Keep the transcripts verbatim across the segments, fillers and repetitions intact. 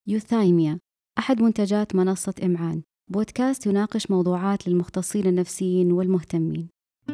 يوثايميا أحد منتجات منصة إمعان، بودكاست يناقش موضوعات للمختصين النفسيين والمهتمين.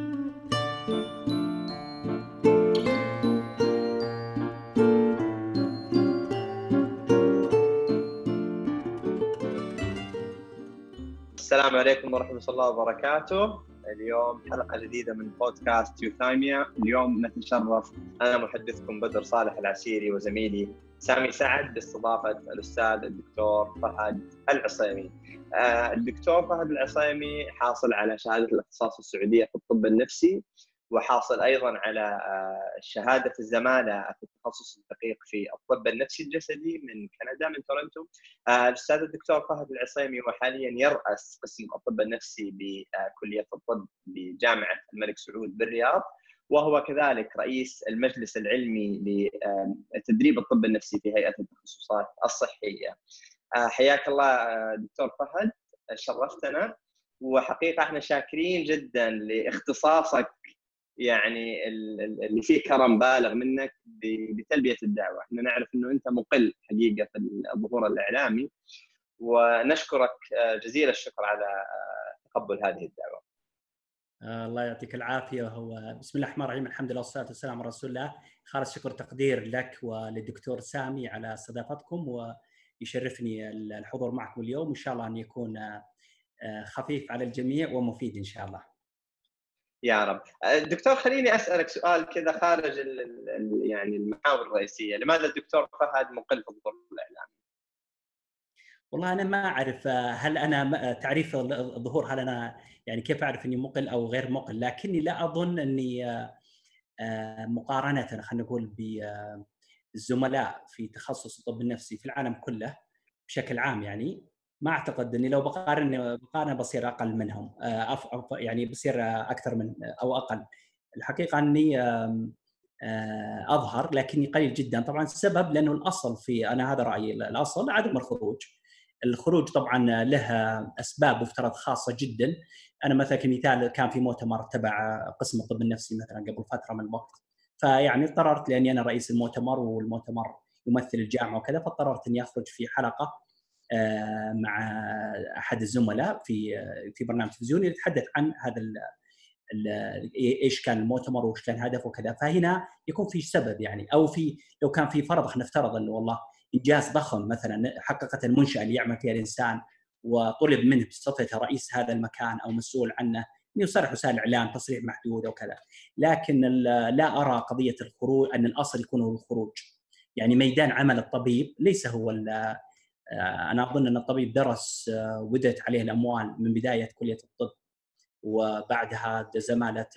السلام عليكم ورحمة الله وبركاته. اليوم حلقة جديدة من بودكاست يوثايميا. اليوم نتشرف أنا محدثكم بدر صالح العسيري وزميلي سامي سعد باستضافة الأستاذ الدكتور فهد العصيمي. آه الدكتور فهد العصيمي حاصل على شهادة الاختصاص السعودية في الطب النفسي، وحاصل أيضاً على شهادة الزمالة في التخصص الدقيق في الطب النفسي الجسدي من كندا، من تورنتو. الأستاذ الدكتور فهد العصيمي وحالياً يرأس قسم الطب النفسي بكلية الطب بجامعة الملك سعود بالرياض، وهو كذلك رئيس المجلس العلمي لتدريب الطب النفسي في هيئة التخصصات الصحية. حياك الله دكتور فهد، شرفتنا، وحقيقة احنا شاكرين جداً لاختصاصك يعني اللي فيه كرم بالغ منك بتلبية الدعوة. احنا نعرف انه انت مقل حقيقة في الظهور الاعلامي، ونشكرك جزيل الشكر على تقبل هذه الدعوة. الله يعطيك العافية. هو بسم الله الرحمن الرحيم، الحمد لله والصلاة والسلام على رسول الله. خالص شكر تقدير لك وللدكتور سامي على استضافتكم، ويشرفني الحضور معكم اليوم، إن شاء الله أن يكون خفيف على الجميع ومفيد إن شاء الله. يا رب. دكتور، خليني أسألك سؤال كذا خارج ال ال يعني المحاور الرئيسية. لماذا الدكتور فهد مقل في الظهور الإعلامي؟ والله أنا ما أعرف هل أنا تعريف الظهور، هل أنا يعني كيف أعرف إني مقل أو غير مقل، لكني لا أظن أني مقارنة خلينا نقول بالزملاء في تخصص الطب النفسي في العالم كله بشكل عام، يعني ما أعتقد أني لو بقارن بقارن بصير أقل منهم، يعني بصير أكثر من أو أقل. الحقيقة أني أظهر لكني قليل جدا. طبعا السبب لأنه الأصل في أنا هذا رأيي، الأصل عدم الخروج. الخروج طبعا له أسباب مفترض خاصة جدا. أنا مثلا كمثال كان في مؤتمر تبع قسم الطب النفسي مثلا قبل فترة من الوقت، فيعني اضطررت لأني أنا رئيس المؤتمر والمؤتمر يمثل الجامعة وكذا، فاضطررت أني أخرج في حلقة مع أحد الزملاء في في برنامج تلفزيوني يتحدث عن هذا ايش كان المؤتمر وايش كان هدفه وكذا. فهنا يكون في سبب يعني، او في لو كان في فرض نفترض انه والله انجاز ضخم مثلا حققت المنشاه اللي يعمل فيها الانسان، وطلب منه بصفته رئيس هذا المكان او مسؤول عنه انه يصرح وسائل اعلام تصريح محدود وكذا. لكن لا ارى قضيه الخروج ان الاصل يكون هو الخروج. يعني ميدان عمل الطبيب ليس هو انا اظن ان الطبيب درس ودت عليه الاموال من بدايه كليه الطب، وبعدها زمالة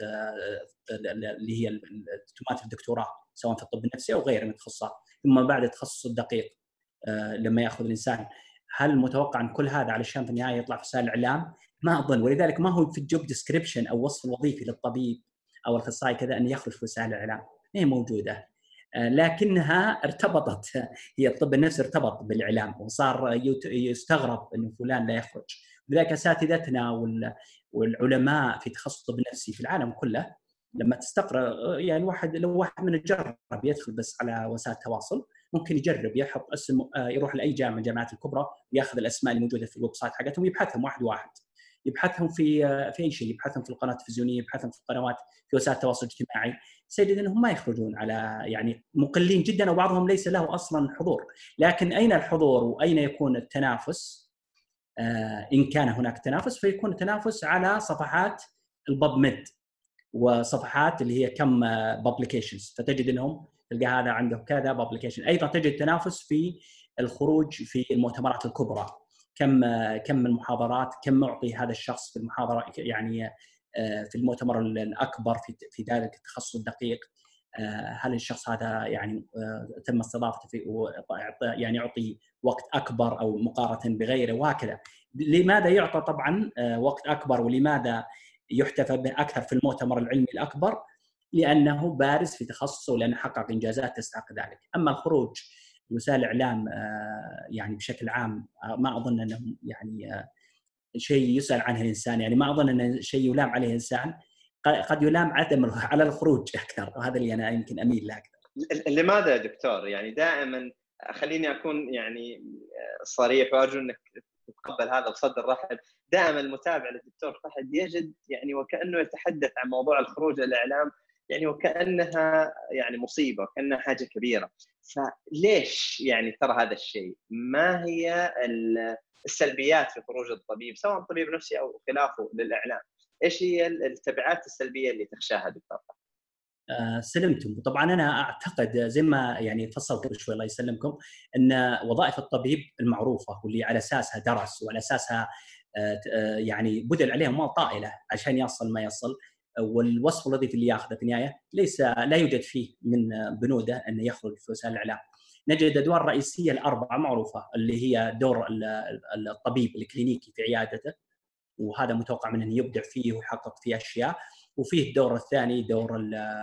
اللي هي تماثل الدكتوراه سواء في الطب النفسي أو غيره من التخصصات، ثم بعد التخصص الدقيق لما يأخذ الإنسان. هل متوقع أن كل هذا علشان في النهاية يطلع في وسائل الإعلام؟ ما أظن، ولذلك ما هو في الجوب ديسكريبشن أو وصف الوظيفي للطبيب أو الأخصائي كذا أن يخرج في وسائل الإعلام، هي موجودة لكنها ارتبطت، هي الطب النفسي ارتبط بالإعلام وصار يستغرب أن فلان لا يخرج. لذلك أساتذتنا والعلماء في تخصص الطب النفسي في العالم كله لما تستقرأ يعني واحد لو واحد من يجرب يدخل بس على وسائل التواصل، ممكن يجرب يحط اسم، يروح لأي جامعة من الجامعات الكبرى ويأخذ الأسماء اللي موجودة في الويب سايت حقتهم، يبحثهم واحد واحد، يبحثهم في في أي شيء، يبحثهم في القناة التلفزيونية، يبحثهم في القنوات في وسائل التواصل الاجتماعي، سيجد أنهم ما يخرجون على يعني مقلين جدا، وبعضهم ليس له أصلا حضور. لكن أين الحضور وأين يكون التنافس؟ آه إن كان هناك تنافس فيكون تنافس على صفحات الباب ميد وصفحات اللي هي كم بابليكيشنز، فتجد انهم تلقى هذا عنده كذا بابليكيشن. ايضا تجد تنافس في الخروج في المؤتمرات الكبرى، كم كم من محاضرات، كم معطي هذا الشخص في المحاضره يعني في المؤتمر الاكبر في في ذلك التخصص الدقيق، هل الشخص هذا يعني تم استضافته في يعني يعطي وقت اكبر او مقارنه بغيره وهكذا. لماذا يعطى طبعا وقت اكبر ولماذا يحتفى به أكثر في المؤتمر العلمي الأكبر؟ لأنه بارز في تخصصه ولأنه حقق إنجازات تستحق ذلك. أما الخروج وسائل الإعلام يعني بشكل عام ما أظن أنه يعني شيء يسأل عنه الإنسان، يعني ما أظن أنه شيء يلام عليه الإنسان، قد يلام عدم على الخروج أكثر، وهذا اللي أنا يمكن أميل له أكثر. لماذا يا دكتور؟ يعني دائما خليني اكون يعني صريح وارجو انك تتقبل هذا بصدر رحب. دائما المتابع للدكتور فهد يجد يعني وكانه يتحدث عن موضوع الخروج للاعلام يعني وكانها يعني مصيبه، وكانها حاجه كبيره. فليش يعني ترى هذا الشيء؟ ما هي السلبيات في خروج الطبيب سواء طبيب نفسي او خلافه للاعلام؟ ايش هي التبعات السلبيه اللي تخشاها دكتور؟ آه سلمتم. طبعا انا اعتقد زي ما يعني فصلت قبل شوي الله يسلمكم ان وظائف الطبيب المعروفه واللي على اساسها درس وعلى اساسها آه يعني بذل عليها اموال طائله عشان يصل ما يصل، والوصف الوظيفي اللي ياخذه في النهايه ليس لا يوجد فيه من بنوده انه يخرج في وسائل الاعلام. نجد ادوار رئيسيه الاربعه معروفه اللي هي دور الطبيب الكلينيكي في عيادته، وهذا متوقع منه انه يبدع فيه ويحقق فيه اشياء. وفيه الدور الثاني دور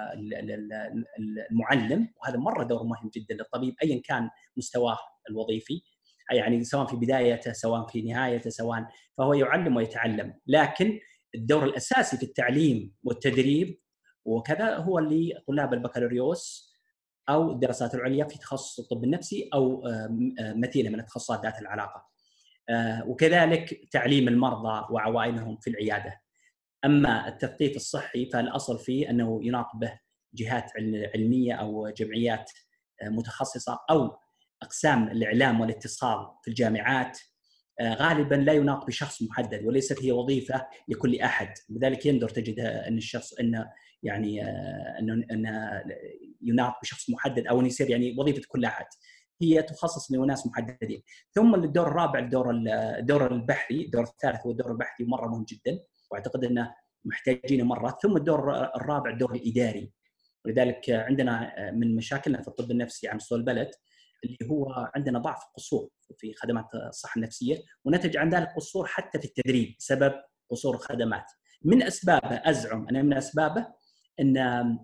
المعلم، وهذا مره دور مهم جدا للطبيب ايا كان مستواه الوظيفي، يعني سواء في بدايته سواء في نهايته سواء، فهو يعلم ويتعلم. لكن الدور الاساسي في التعليم والتدريب وكذا هو اللي طلاب البكالوريوس او الدراسات العليا في تخصص الطب النفسي او مثيله من التخصصات ذات العلاقه، وكذلك تعليم المرضى وعوائلهم في العياده. اما التثقيف الصحي فالاصل فيه انه يناط به جهات علميه او جمعيات متخصصه او اقسام الاعلام والاتصال في الجامعات، غالبا لا يناط بشخص محدد وليست هي وظيفه لكل احد. لذلك يندر تجد ان الشخص انه يعني انه انه يناط بشخص محدد او يصير يعني وظيفه كل احد، هي تخصص لناس محددين. ثم الدور الرابع الدور الدور البحثي، الدور الثالث هو الدور البحثي مره مهم جدا واعتقد انه محتاجينه مره. ثم الدور الرابع الدور الاداري. ولذلك عندنا من مشاكلنا في الطب النفسي على مستوى البلد اللي هو عندنا ضعف قصور في خدمات الصحه النفسيه، ونتج عن ذلك قصور حتى في التدريب بسبب قصور الخدمات. من اسبابه ازعم ان من اسبابه ان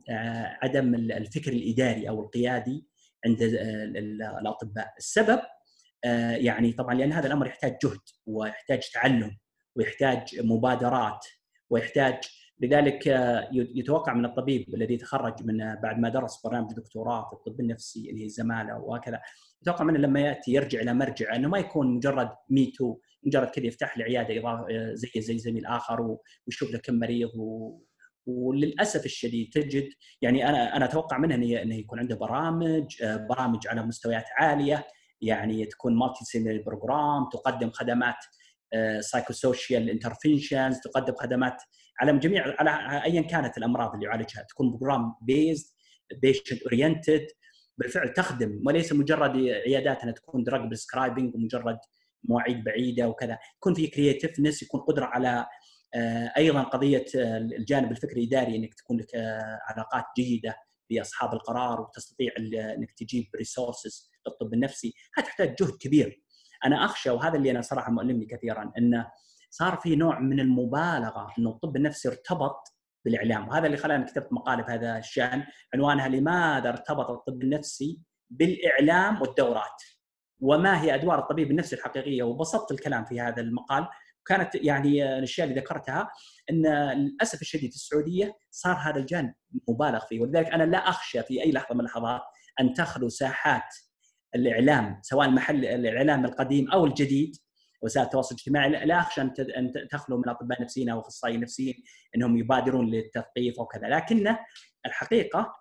عدم الفكر الاداري او القيادي عند الاطباء. السبب يعني طبعا لان هذا الامر يحتاج جهد ويحتاج تعلم ويحتاج مبادرات ويحتاج، لذلك يتوقع من الطبيب الذي تخرج من بعد ما درس برنامج دكتوراه في الطب النفسي اللي هي الزماله وهكذا، يتوقع منه لما ياتي يرجع الى مرجع انه ما يكون مجرد ميتو، مجرد كذا يفتح لي عياده زي زي زميل اخر ويشوف له كم مريض. و... وللاسف الشديد تجد يعني انا انا اتوقع منه انه يكون عنده برامج برامج على مستويات عاليه، يعني تكون مالتي سيميلر بروجرام، تقدم خدمات سايكوسوشيال انترفنشنز، تقدم خدمات على جميع على ايا كانت الامراض اللي يعالجها، تكون بروجرام بيزد بيشنت اورينتد بالفعل تخدم، وليس مجرد عيادات انها تكون دراج بريسكرايبنج ومجرد مواعيد بعيده وكذا. يكون في كرياتيفنس، يكون قدره على ايضا قضيه الجانب الفكري الاداري، انك تكون لك علاقات جيده باصحاب القرار وتستطيع انك تجيب ريسورسز للطب النفسي. هذا تحتاج جهد كبير. انا اخشى، وهذا اللي انا صراحه مؤلمني كثيرا، انه صار في نوع من المبالغه انه الطب النفسي ارتبط بالاعلام، وهذا اللي خلاني كتبت مقاله بهذا الشان عنوانها لماذا ارتبط الطب النفسي بالاعلام والدورات وما هي ادوار الطبيب النفسي الحقيقيه. وبسطت الكلام في هذا المقال، وكانت يعني الاشياء اللي ذكرتها ان للاسف الشديد في السعوديه صار هذا الجانب مبالغ فيه. ولذلك انا لا اخشى في اي لحظه من اللحظات ان تخلو ساحات الاعلام سواء المحل الاعلام القديم او الجديد وسائل التواصل الاجتماعي، لا اخشى ان تخلو من اطباء نفسيين او اخصائيين نفسيين انهم يبادرون للتثقيف وكذا. لكن الحقيقه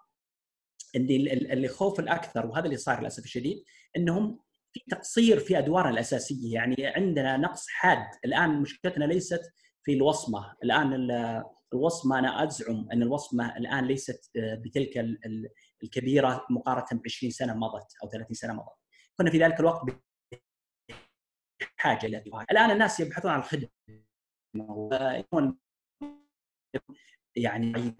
اللي اللي خوف الاكثر، وهذا اللي صار للاسف الشديد، انهم في تقصير في ادوارنا الاساسيه. يعني عندنا نقص حاد. الان مشكلتنا ليست في الوصمه، الان الوصمه انا ازعم ان الوصمه الان ليست بتلك الكبيره مقارنه ب عشرين سنه مضت او ثلاثين سنه مضت. كنا في ذلك الوقت بحاجه الى ادوار. الان الناس يبحثون عن الخدمه ويكون يعني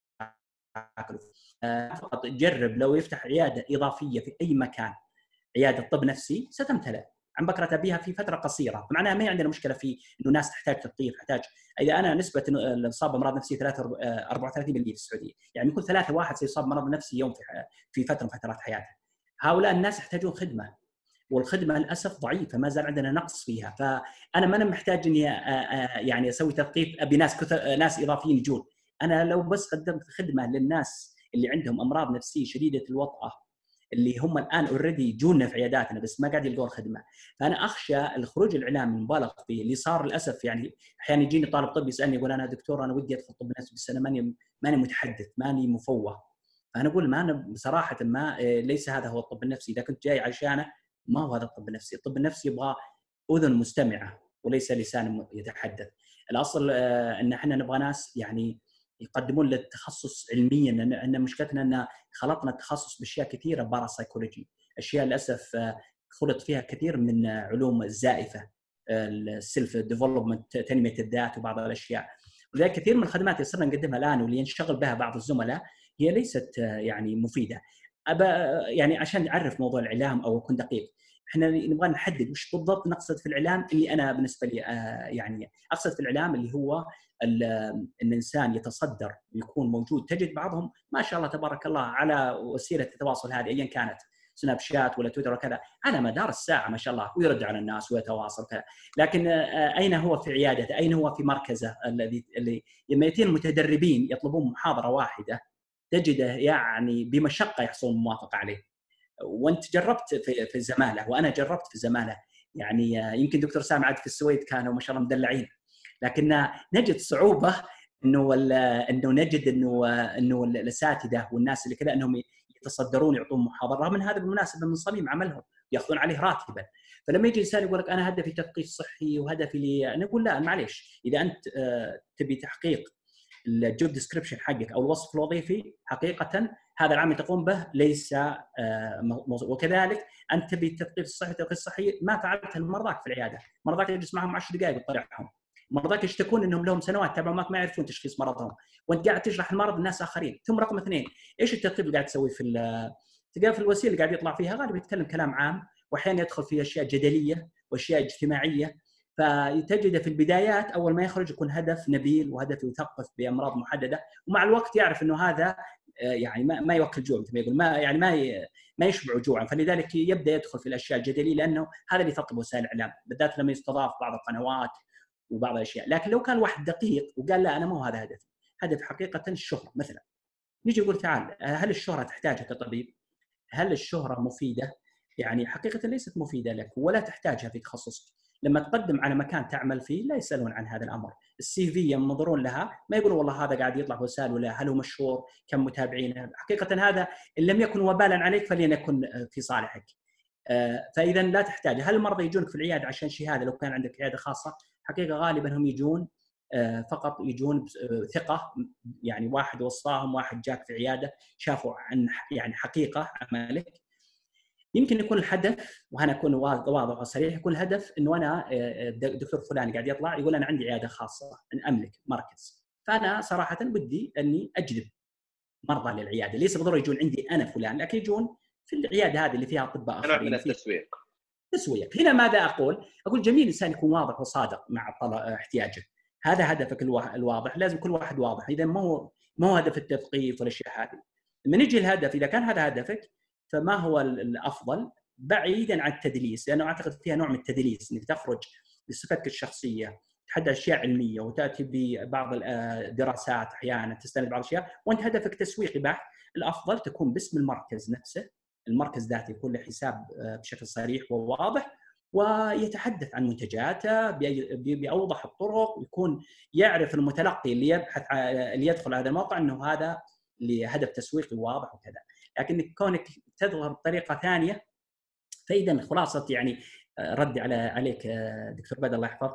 فقط جرب لو يفتح عياده اضافيه في اي مكان، عياده طب نفسي ستمتلئ عن بكره بها في فتره قصيره. معناها ما عندنا مشكله في انه ناس تحتاج تثقيف، تحتاج. اذا انا نسبه الاصابه بامراض نفسيه أربعة وثلاثين بالمئة في السعوديه، يعني كل ثلاثه واحد سيصاب بمرض نفسي يوم في في فتره من فترات حياته. هؤلاء الناس يحتاجون خدمه، والخدمه للاسف ضعيفه، ما زال عندنا نقص فيها. فانا ما انا محتاج اني يعني اسوي تثقيف ابي ناس كثر ناس اضافيين يجون. انا لو بس قدمت خدمه للناس اللي عندهم امراض نفسيه شديده الوطأه اللي هم الان اوريدي يجونا في عياداتنا بس ما قاعد يلقون خدمه. فانا اخشى الخروج الاعلامي المبالغ فيه اللي صار للاسف. يعني احيانا يجيني طالب طب يسالني يقول انا دكتور انا ودي ادخل طب نفسي بس انا ماني ماني متحدث ماني مفوه. فانا اقول ما انا بصراحه ما ليس هذا هو الطب النفسي. اذا كنت جاي عشانه ما هو هذا الطب النفسي. الطب النفسي يبغى اذن مستمعه وليس لسان يتحدث. الاصل ان احنا نبغى ناس يعني يقدمون للتخصص علميا، ان مشكلتنا ان خلطنا التخصص باشياء كثيره باراسايكولوجي، اشياء للاسف خلط فيها كثير من علوم الزائفه، السيلف ديفلوبمنت، تنميه الذات وبعض الاشياء. ولذلك كثير من الخدمات اللي صرنا نقدمها الان واللي ينشغل بها بعض الزملاء هي ليست يعني مفيده. ابى يعني عشان اعرف موضوع الاعلام او اكون دقيق، احنا نبغى نحدد وش بالضبط نقصد في الاعلام. اللي انا بالنسبه لي يعني اقصد في الاعلام اللي هو الانسان يتصدر ويكون موجود. تجد بعضهم ما شاء الله تبارك الله على وسيله التواصل هذه ايا كانت، سناب شات ولا تويتر وكذا، على مدار الساعه ما شاء الله ويرد على الناس ويتواصل كذا. لكن اين هو في عيادته؟ اين هو في مركزه الذي اللي لما ياتي المتدربين يطلبون محاضره واحده تجده يعني بمشقه يحصلون موافقه عليه. وانت جربت في في الزماله وانا جربت في الزماله، يعني يمكن دكتور سامي عاد في السويد كانوا ما شاء الله مدلعين، لكن نجد صعوبه انه انه نجد انه انه الاساتذه والناس اللي كذا انهم يتصدرون يعطون محاضره. رغم ان هذا بالمناسبه من صميم عملهم ياخذون عليه راتبا. فلما يجي انسان يقول لك انا هدفي تثقيف صحي وهدفي لي، انا اقول لا معليش، اذا انت تبي تحقيق الجوب ديسكريبشن حقك او الوصف الوظيفي حقيقه هذا العمل تقوم به ليس موضوع. وكذلك انت تبي التثقيف الصحي التثقيف الصحي ما فعلته لمرضاك في العياده، مرضاك يجلس معهم عشر دقائق وتطلعهم، مرضاك يشتكون انهم لهم سنوات تابعوا معك ما يعرفون تشخيص مرضهم وانت قاعد تشرح المرض لناس اخرين. ثم رقم اثنين، ايش التثقيف اللي قاعد تسويه في تلقاه في الوسيله اللي قاعد يطلع فيها غالبا يتكلم كلام عام واحيانا يدخل في اشياء جدليه واشياء اجتماعيه. فتجد في البدايات اول ما يخرج يكون هدف نبيل وهدف يثقف بامراض محدده، ومع الوقت يعرف انه هذا يعني ما ما يوكل جوع مثل ما يقول، ما يعني ما ما يشبع جوعا. فلذلك يبدا يدخل في الاشياء الجدليه لانه هذا اللي يثقف وسائل الاعلام بالذات لما يستضاف بعض القنوات وبعض الاشياء. لكن لو كان واحد دقيق وقال لا انا ما هو هذا هدفي، هدف حقيقه الشهره مثلا، نيجي نقول تعال هل الشهره تحتاجها كطبيب؟ هل الشهره مفيده؟ يعني حقيقه ليست مفيده لك ولا تحتاجها في تخصصك. لما تقدم على مكان تعمل فيه لا يسالون عن هذا الامر. السي في ينظرون لها ما يقولون والله هذا قاعد يطلع في وسائل ولا هل هو مشهور، كم متابعين. حقيقه هذا ان لم يكن وبالا عليك فليكن في صالحك. فاذا لا تحتاج. هل المرضى يجونك في العياده عشان شهاده؟ لو كان عندك عياده خاصه حقيقه غالبا هم يجون فقط يجون ثقه، يعني واحد وصاهم، واحد جاك في عياده شافوا عن يعني حقيقه عملك. يمكن يكون الهدف، وأنا أكون واضح وصريح، يكون الهدف إنه أنا دكتور فلان قاعد يطلع يقول أنا عندي عيادة خاصة، أن أملك مركز. فأنا صراحة بدي أني أجذب مرضى للعيادة، ليس بالضرورة يجون عندي أنا فلان، لكن يجون في العيادة هذه اللي فيها أطباء آخرين. من التسويق. تسويق. هنا ماذا أقول؟ أقول جميل الإنسان يكون واضح وصادق مع احتياجه. هذا هدفك الواضح، لازم كل واحد واضح. إذا ما هو ما هو هدف التثقيف والأشياء هذه. لما نجي الهدف، إذا كان هذا هدفك فما هو الافضل بعيدا عن التدليس؟ لانه اعتقد فيها نوع من التدليس، انك تخرج بصفتك الشخصيه تحدث اشياء علميه وتاتي ببعض الدراسات احيانا تستند بعض الاشياء وانت هدفك تسويقي بحت. الافضل تكون باسم المركز نفسه، المركز ذاته يكون له حساب بشكل صريح وواضح ويتحدث عن منتجاته باوضح الطرق، ويكون يعرف المتلقي اللي يبحث اللي يدخل هذا الموقع انه هذا لهدف تسويقي واضح وكذا. لكن كونك تظهر بطريقه ثانيه، فاذا خلاصه يعني رد على عليك دكتور بدر الله يحفظك،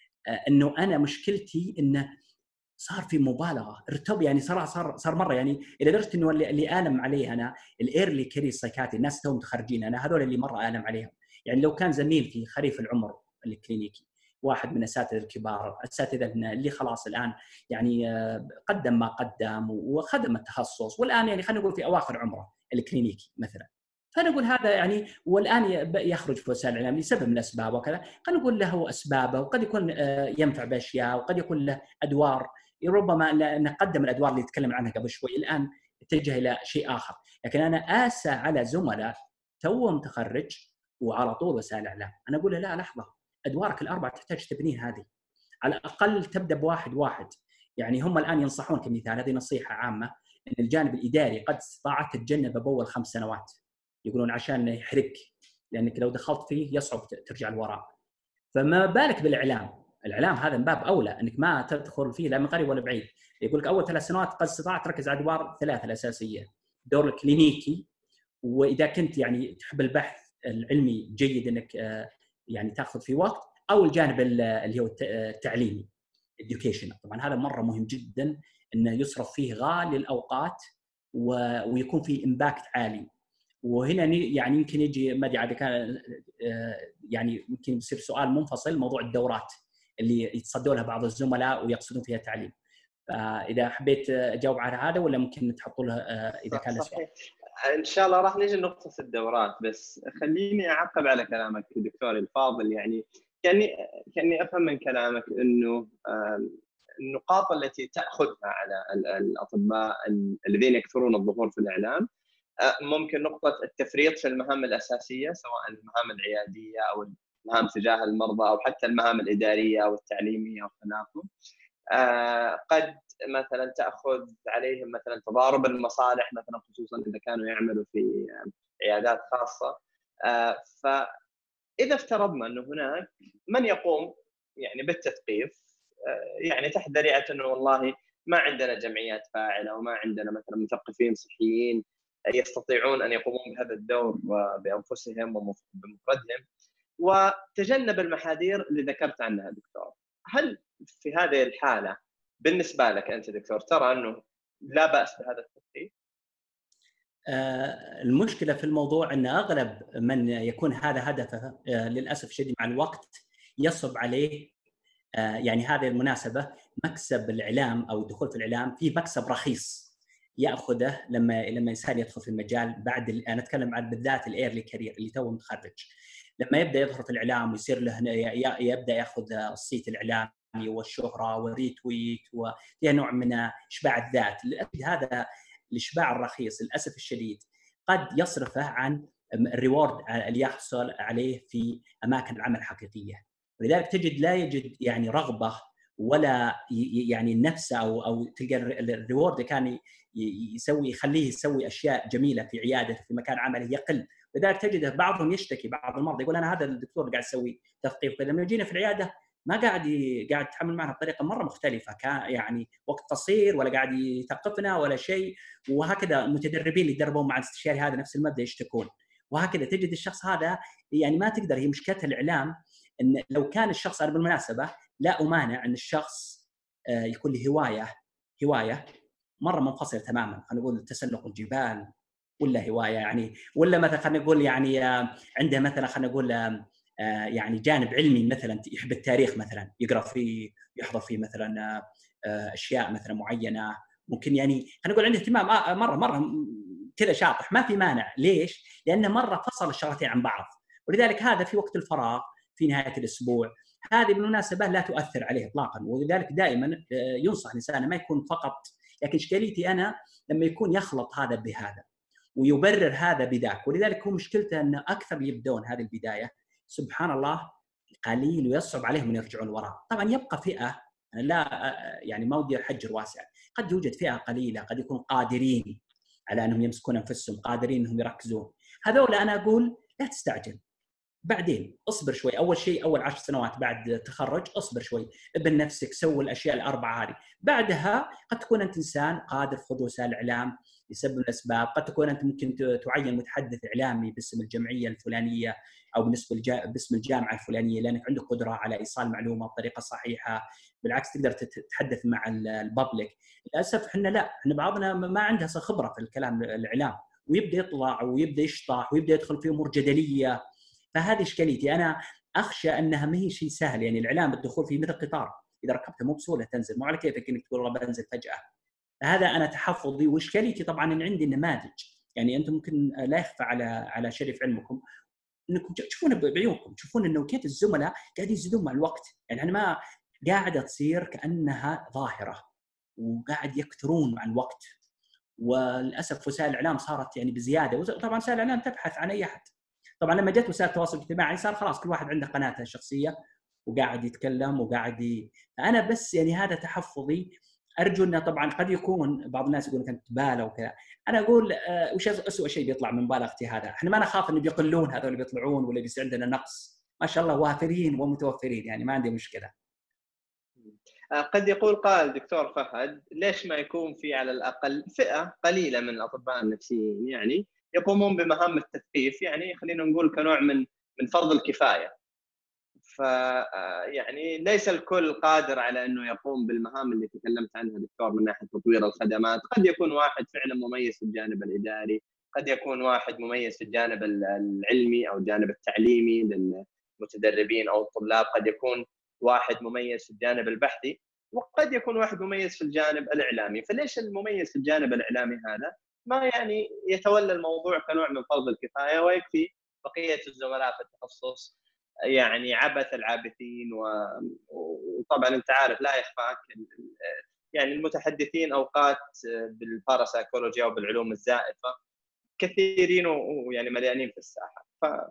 انه انا مشكلتي انه صار في مبالغه ارتب، يعني صار صار صار مره، يعني الى درجه انه اللي, اللي الم عليه انا الايرلي كارير سايكاتري، الناس توهم متخرجين، انا هذول اللي مره الم عليهم. يعني لو كان زميل في خريف العمر الكلينيكي، واحد من الاساتذه الكبار، اساتذتنا اللي خلاص الان يعني قدم ما قدم وخدم التخصص والان يعني خلينا نقول في اواخر عمره الكلينيكي مثلا، فانا اقول هذا يعني والان يخرج في وسائل الاعلام لسبب من الاسباب وكذا، خلينا نقول له اسبابه وقد يكون ينفع باشياء وقد يكون له ادوار، ربما نقدم الادوار اللي تكلم عنها قبل شوي الان اتجه الى شيء اخر. لكن انا اسى على زملاء توه متخرج وعلى طول وسائل الاعلام، انا اقول له لا لحظه، ادوارك الاربعه تحتاج تبنين هذه، على الاقل تبدا بواحد واحد. يعني هم الان ينصحون كمثال، هذه نصيحه عامه، ان الجانب الاداري قد استطاعت تتجنب باول خمس سنوات، يقولون عشان يحرق، لانك لو دخلت فيه يصعب ترجع لوراء. فما بالك بالاعلام، الاعلام هذا من باب اولى انك ما تدخل فيه لا من قريب ولا بعيد. يقول لك اول ثلاث سنوات قد استطعت تركز على الادوار ثلاثه الاساسيه، دور الكلينيكي، واذا كنت يعني تحب البحث العلمي جيد انك يعني تاخذ في وقت، او الجانب اللي هو التعليمي education. طبعا هذا مره مهم جدا انه يصرف فيه غالي الاوقات ويكون فيه امباكت عالي. وهنا يعني يمكن يجي ما ادري عاد كان يعني يمكن يصير سؤال منفصل، موضوع الدورات اللي يتصدوا لها بعض الزملاء ويقصدون فيها تعليم. فاذا حبيت اجاوب على هذا ولا ممكن تحطوا له اذا كان صحيح. ان شاء الله راح نيجي لنقطه الدورات، بس خليني اعقب على كلامك دكتور الفاضل. يعني كاني كاني افهم من كلامك انه النقاط التي تاخذها على الاطباء الذين يكثرون الظهور في الاعلام ممكن نقطه التفريط في المهام الاساسيه، سواء المهام العياديه او المهام تجاه المرضى او حتى المهام الاداريه او التعليميه او خلافه. قد مثلا تاخذ عليهم مثلا تضارب المصالح، مثلا خصوصا اذا كانوا يعملوا في عيادات خاصه. فاذا افترضنا انه هناك من يقوم يعني بالتثقيف، يعني تحت ذريعه انه والله ما عندنا جمعيات فاعله وما عندنا مثلا مثقفين صحيين يستطيعون ان يقومون بهذا الدور بانفسهم وبمفردهم، وتجنب المحاذير اللي ذكرت عنها دكتور. هل في هذه الحالة بالنسبة لك أنت دكتور ترى أنه لا بأس بهذا التثقيف؟ آه المشكلة في الموضوع أن أغلب من يكون هذا هدفه آه للأسف الشديد مع الوقت يصب عليه آه يعني هذه المناسبة مكسب الإعلام أو الدخول في الإعلام فيه مكسب رخيص يأخذه لما لما إنسان يدخل في المجال بعد. أنا أتكلم عن بالذات الإيرلي كارير اللي توه متخرج، لما يبدأ يظهر في الإعلام ويصير له يبدأ يأخذ الصيت الإعلامي والشهرة والريتويت وفيها نوع من إشباع الذات. هذا الإشباع الرخيص للأسف الشديد قد يصرفه عن الريورد اللي يحصل عليه في أماكن العمل الحقيقية. ولذلك تجد لا يجد يعني رغبة ولا يعني النفس أو أو تلقى الريورد كان يسوي يخليه يسوي أشياء جميلة في عيادته في مكان عمله يقل. لذلك تجد بعضهم يشتكي، بعض المرضى يقول أنا هذا الدكتور اللي قاعد يسوي تثقيف كذا لما يجينا في العيادة ما قاعد قاعد يتعامل معنا بطريقه مره مختلفه، كان يعني وقت قصير ولا قاعد يثقفنا ولا شيء. وهكذا المتدربين اللي يدربون مع الاستشاري هذا نفس المبدا يشتكون. وهكذا تجد الشخص هذا يعني ما تقدر. هي مشكله الاعلام ان لو كان الشخص، انا بالمناسبه لا امانع ان الشخص يكون له هوايه هوايه مره منفصله تماما، خلينا نقول تسلق الجبال ولا هوايه يعني، ولا مثلا خلينا نقول يعني عنده مثلا خلينا نقول يعني جانب علمي مثلا يحب التاريخ مثلا يقرا فيه يحضر فيه مثلا اشياء مثلا معينه، ممكن يعني خلينا نقول عنده اهتمام مره مره كذا شاطح، ما في مانع. ليش؟ لانه مره فصل الشغلتين عن بعض. ولذلك هذا في وقت الفراغ في نهايه الاسبوع هذه بالمناسبه لا تؤثر عليه اطلاقا. ولذلك دائما ينصح الانسان ما يكون فقط، لكن اشكاليتي انا لما يكون يخلط هذا بهذا ويبرر هذا بذاك. ولذلك هو مشكلته ان اكثر يبدون هذه البدايه سبحان الله قليل ويصعب عليهم ان يرجعون وراء. طبعا يبقى فئه، لا يعني ما ودي احجر واسع، قد يوجد فئه قليله قد يكونوا قادرين على انهم يمسكون انفسهم، قادرين انهم يركزون. هذول انا اقول لا تستعجل، بعدين اصبر شوي. اول شيء اول عشر سنوات بعد التخرج اصبر شوي، ابن نفسك، سوي الاشياء الاربعه هذه. بعدها قد تكون انت انسان قادر خذ وسائل الاعلام لسبب الاسباب. قد تكون انت ممكن تعين متحدث اعلامي باسم الجمعيه الفلانيه او بالنسبه الجا... باسم الجامعه الفلانيه، لانك عندك قدره على ايصال معلومه بطريقه صحيحه. بالعكس تقدر تتحدث مع الببليك. للاسف احنا لا، احنا بعضنا ما عنده خبره في الكلام الاعلام، ويبدا يطلع ويبدا يشطح ويبدا يدخل في امور جدليه. فهذه اشكاليتي. انا اخشى انها ما هي شيء سهل، يعني الاعلام الدخول فيه مثل قطار، اذا ركبته مو بسهوله تنزل، مو على كيفك انك تقول والله بنزل فجاه. هذا انا تحفظي واشكاليتي طبعا ان عندي نماذج. يعني انتم ممكن لا يخفى على على شرف علمكم انكم تشوفون بعيونكم، تشوفون انه كيف الزملاء قاعدين يزيدون مع الوقت. يعني انا ما قاعده تصير كانها ظاهره وقاعد يكثرون مع الوقت. وللاسف وسائل الاعلام صارت يعني بزياده. طبعا وسائل الاعلام تبحث عن اي احد. طبعا لما جت وسائل التواصل الاجتماعي صار خلاص كل واحد عنده قناته الشخصيه وقاعد يتكلم وقاعد ي... انا بس يعني هذا تحفظي. ارجو انه طبعا قد يكون بعض الناس يقولون كنت تبالغ وكذا، انا اقول آه وش اسوء شيء بيطلع من مبالغتي هذا؟ احنا ما نخاف انه بيقلون هذول اللي بيطلعون ولا بيصير عندنا نقص، ما شاء الله وافرين ومتوفرين، يعني ما عندي مشكله. قد يقول قائل دكتور فهد ليش ما يكون في على الأقل فئة قليلة من الأطباء النفسيين يعني يقومون بمهام التثقيف، يعني خلينا نقول كنوع من من فرض الكفاية. ف يعني ليس الكل قادر على أنه يقوم بالمهام اللي تكلمت عنها دكتور من ناحية تطوير الخدمات. قد يكون واحد فعلا مميز في الجانب الإداري، قد يكون واحد مميز في الجانب العلمي أو الجانب التعليمي للمتدربين أو الطلاب، قد يكون واحد مميز في الجانب البحثي، وقد يكون واحد مميز في الجانب الإعلامي. فليش المميز في الجانب الإعلامي هذا ما يعني يتولى الموضوع كنوع من فرض الكفاية ويكفي بقية الزملاء في التخصص يعني عبث العابثين. وطبعا انت عارف لا يخفاك يعني المتحدثين اوقات بالباراسايكولوجيا او بالعلوم الزائفه كثيرين ويعني مليانين في الساحه.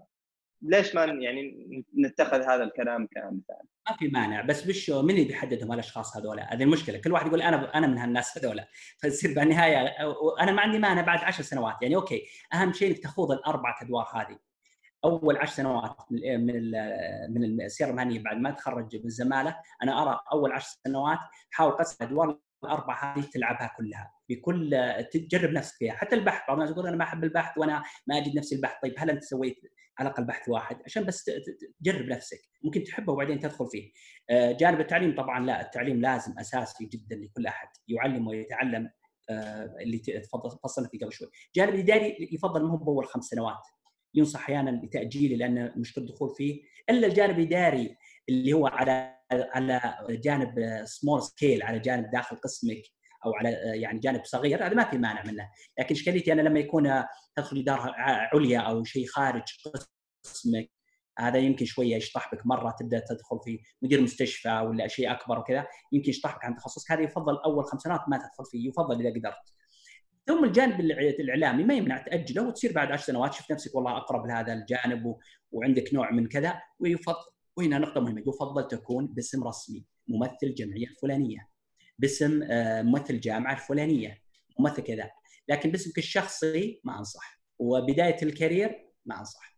فليش ما يعني نتخذ هذا الكلام كمثال؟ ما في مانع، بس بشو من اللي بيحددهم الاشخاص هذول؟ هذه المشكله، كل واحد يقول انا انا من هالناس هذول، فتصير بالنهايه انا ما عندي مانع بعد عشر سنوات. يعني اوكي، اهم شيء انك تخوض الاربعه ادوار هذه اول عشر سنوات من من السيره المهنيه بعد ما تخرج من الزماله. انا ارى اول عشر سنوات حاول قسم الادوار الاربعه هذه تلعبها كلها بكل، تجرب نفسك فيها. حتى البحث، بعض الناس يقول انا ما احب البحث وانا ما اجد نفسي البحث. طيب هل انت سويت على الاقل بحث واحد عشان بس تجرب نفسك؟ ممكن تحبه وبعدين تدخل فيه. جانب التعليم طبعا لا، التعليم لازم اساسي جدا لكل احد يعلم ويتعلم، اللي تفضلنا فيه قبل شوي. جانب الاداري يفضل ما هو باول خمس سنوات، ينصح احيانا بتاجيله لان مشكله الدخول فيه. الا الجانب الاداري اللي هو على على جانب سمول سكيل، على جانب داخل قسمك او على يعني جانب صغير، هذا ما في مانع منه. لكن اشكاليتي انا لما يكون تدخل اداره عليا او شيء خارج قسمك، هذا يمكن شويه يشطح بك. مره تبدا تدخل في مدير مستشفى ولا شيء اكبر وكذا، يمكن يشطح بك عن تخصصك. هذا يفضل اول خمس سنوات ما تدخل فيه، يفضل اذا قدرت. ثم الجانب الاعلامي ما يمنع تاجله وتصير بعد عشر سنوات شفت نفسك والله اقرب لهذا الجانب و... وعندك نوع من كذا، ويفضل. وهنا نقطه مهمه، يفضل تكون باسم رسمي، ممثل جمعيه الفلانيه، باسم ممثل جامعه الفلانيه، ممثل كذا. لكن باسمك الشخصي ما انصح، وبدايه الكارير ما انصح.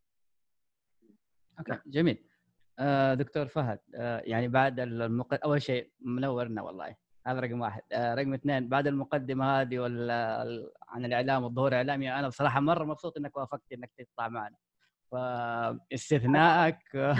اوكي جميل. آه دكتور فهد، آه يعني بعد المق... اول شيء منورنا والله، هذا رقم واحد. آه رقم اثنين، بعد المقدمه هذه وال... عن الاعلام والظهور الاعلامي، انا بصراحه مره مبسوط انك وافقت انك تطلع معنا. فاستثنائك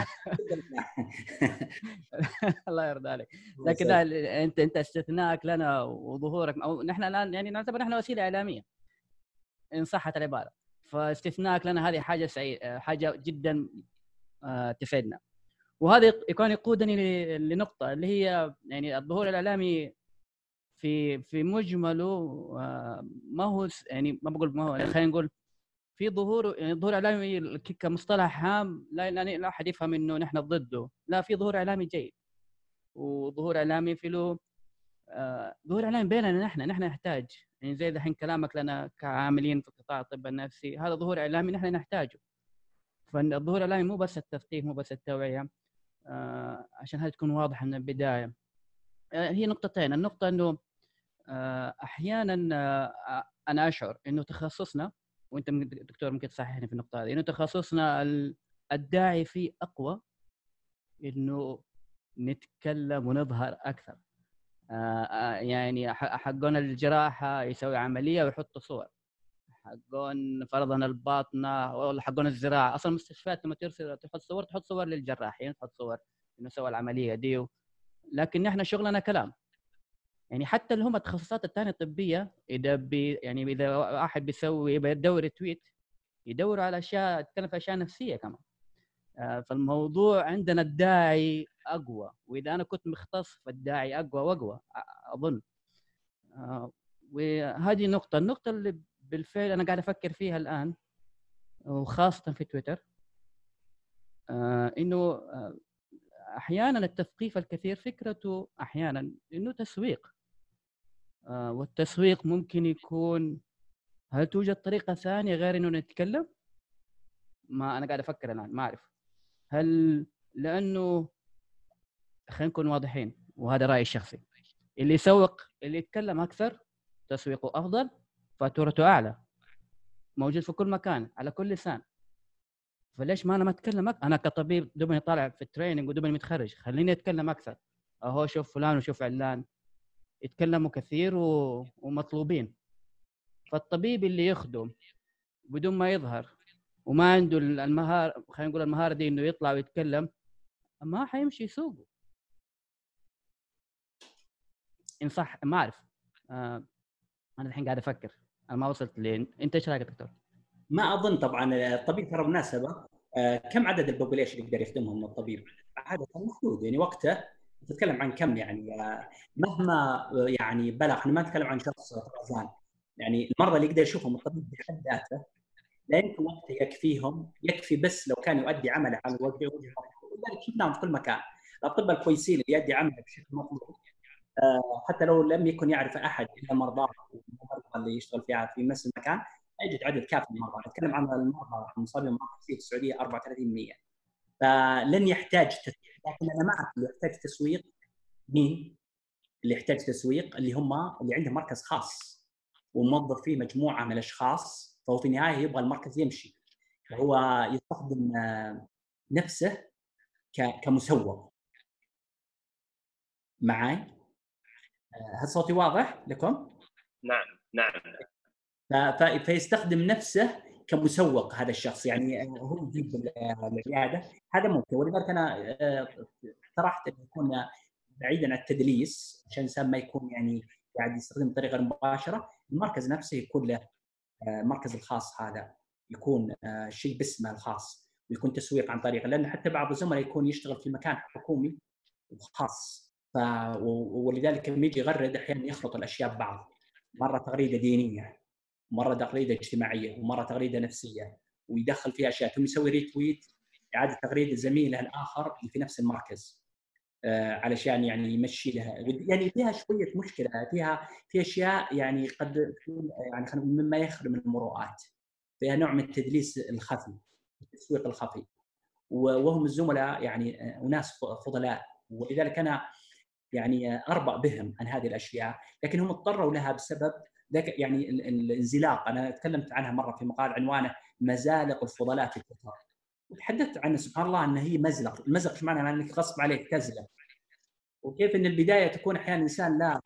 الله يرضى عليك. لكن انت انت استثنائك لنا وظهورك، او نحن الان يعني نعتبر نحن وسيله اعلاميه ان صحت العباره، فاستثنائك لنا هذه حاجه سعيد، حاجه جدا تفيدنا. وهذا يكون يقودني لنقطه اللي هي يعني الظهور الاعلامي في في مجمله ما هو يعني ما بقول ما هو، خلينا نقول في ظهور، يعني الظهور الاعلامي كمصطلح عام لا لا احد يفهم انه نحن ضده. لا، في ظهور اعلامي جيد، وظهور اعلامي في له آه ظهور اعلامي بيننا نحن نحن نحتاج، يعني زي الحين كلامك لنا كعاملين في قطاع الطب النفسي، هذا ظهور اعلامي نحن نحتاجه. فالظهور الاعلامي مو بس التثقيف، مو بس التوعيه، آه عشان هذه تكون واضحه من البدايه. آه هي نقطتين. النقطه انه آه احيانا آه انا اشعر انه تخصصنا، وانت دكتور ممكن تصححني في النقطه هذه، انه تخصصنا الداعي فيه اقوى انه نتكلم ونظهر اكثر. آه يعني حقون الجراحه يسوي عمليه ويحط صور، حقون فرضا الباطنه ولا حقون الزراعه، اصلا المستشفيات لما ترسل تحط صور تحط صور للجراحين، تحط صور انه سوى العمليه دي و... لكن نحن شغلنا كلام. يعني حتى اللي هم التخصصات الثانيه الطبيه، اذا بي يعني اذا واحد بيسوي يدور تويت يدوروا على اشياء تتكلم في اشياء نفسيه كمان. آه فالموضوع عندنا الداعي اقوى، واذا انا كنت مختص فالداعي اقوى واقوى اظن. آه وهذه نقطه النقطه اللي بالفعل انا قاعد افكر فيها الان، وخاصه في تويتر، آه انه آه احيانا التثقيف الكثير فكرته احيانا انه تسويق. آه والتسويق ممكن يكون، هل توجد طريقه ثانيه غير انه نتكلم؟ ما انا قاعد افكر الان ما اعرف. هل لانه خلينا نكون واضحين، وهذا رايي الشخصي، اللي يسوق اللي يتكلم اكثر تسويقه افضل، فاتورته اعلى، موجود في كل مكان على كل لسان. فليش ما انا ما اتكلم أك... انا كطبيب دوبني طالع في التريننج ودوبني متخرج، خليني اتكلم اكثر. اهو شوف فلان وشوف علان يتكلموا كثير و... ومطلوبين. فالطبيب اللي يخدم بدون ما يظهر وما عنده المهارة، خلينا نقول المهارة دي انه يطلع ويتكلم، ما حيمشي سوقه ان صح. ما اعرف، آه انا الحين قاعد افكر، انا ما وصلت لين. انت ايش رايك دكتور؟ ما اظن طبعا الطبيب ترى مناسبه. آه كم عدد البوبوليشن يقدر يخدمهم الطبيب؟ عاده محدود، يعني وقته تتكلم عن كم يعني. آه مهما يعني بلغ، احنا ما نتكلم عن شخص طرزان، يعني المرضى اللي يقدر يشوفهم الطبيب بحد ذاته لا يمكن وقته يكفيهم، يكفي بس لو كان يؤدي عمله على وجه وجه ولذلك شفناهم في كل مكان. الاطباء الكويسين اللي يؤدي عمله بشكل مطلوب، آه حتى لو لم يكن يعرف احد الا مرضاه والمرضى اللي يشتغل فيها في نفس المكان، يجد عدد كافي من المرضى. نتكلم عن المرضى المصابين بامراض نفسيه في السعوديه أربعة وثلاثين بالمئة، فلن يحتاج تسويق. لكن انا معك اللي يحتاج تسويق. مين اللي يحتاج تسويق؟ اللي هم اللي عندهم مركز خاص وموظف فيه مجموعه من الاشخاص، فهو في النهايه يبغى المركز يمشي، فهو يستخدم نفسه كمسوق. معي؟ هل صوتي واضح لكم؟ نعم نعم. فيستخدم نفسه كمسوق هذا الشخص، يعني هو يجيب العياده، هذا ممكن. ولذلك انا اقترحت انه يكون بعيدا عن التدليس عشان الانسان ما يكون يعني قاعد يستخدم بطريقه مباشره. المركز نفسه يكون له المركز الخاص، هذا يكون شيء باسمه الخاص ويكون تسويق عن طريقه، لان حتى بعض الزملاء يكون يشتغل في مكان حكومي وخاص، ف ولذلك لما يجي يغرد احيانا يخلط الاشياء ببعض، مره تغريده دينيه، مره تغريده اجتماعيه، ومره تغريده نفسيه، ويدخل فيها اشياء، ثم يسوي ريتويت اعاده تغريده زميله الاخر اللي في نفس المركز آه علشان يعني يمشي لها. يعني فيها شويه مشكله، فيها في اشياء يعني قد تكون يعني خلينا نقول مما يخرم المروءات، فيها نوع من التدليس الخفي، التسويق الخفي، وهم الزملاء يعني اناس فضلاء، ولذلك انا يعني اربأ بهم عن هذه الاشياء، لكن هم اضطروا لها بسبب ذاك يعني الانزلاق. انا تكلمت عنها مره في مقال عنوانه مزالق الفضلاء في تويتر، وتحدثت عنه سبحان الله ان هي مزلق. المزلق ايش معناه؟ انك غصب عليك تزلق، وكيف ان البدايه تكون احيانا انسان لا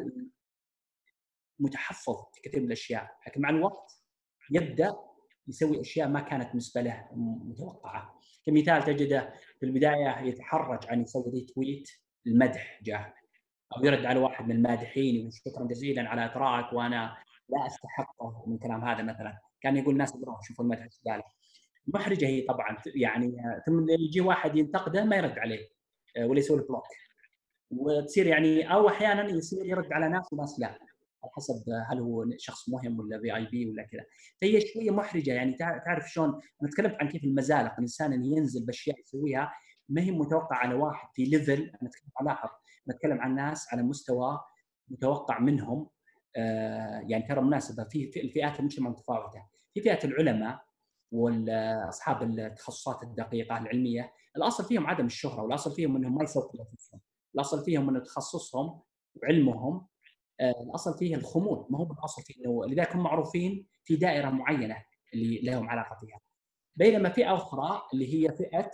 متحفظ في كثير من الاشياء، لكن مع الوقت يبدا يسوي اشياء ما كانت بالنسبه له متوقعه. كمثال تجده في البدايه يتحرج عن يسوي ريتويت المدح جاه، او يرد على واحد من المادحين شكرا جزيلا على اثرائك وانا لا استحقه من كلام هذا مثلا، كان يقول الناس يقولون شوفوا المدح ايش قال. محرجه هي طبعا، يعني ثم يجي واحد ينتقده ما يرد عليه ولا يسوي له بلوك، وتصير يعني او احيانا يصير يرد على ناس وناس لا، على حسب هل هو شخص مهم ولا في اي بي ولا كذا. فهي شويه محرجه، يعني تعرف شلون. انا تكلمت عن كيف المزالق، الانسان اللي ينزل باشياء يسويها ما هي متوقعه على واحد في ليفل. انا اتكلم عن لاحظ نتكلم عن ناس على مستوى متوقع منهم. آه يعني ترى مناسبه في الفئات المجتمع متفاوته، في فئه العلماء واصحاب التخصصات الدقيقه العلميه، الاصل فيهم عدم الشهره، والاصل فيهم انهم ما يسوقوا نفسهم، الاصل فيهم انه تخصصهم وعلمهم آه الاصل فيه الخمول، ما هو بالاصل فيه انه، لذلك هم معروفين في دائره معينه اللي لهم علاقه فيها. بينما فئه اخرى اللي هي فئه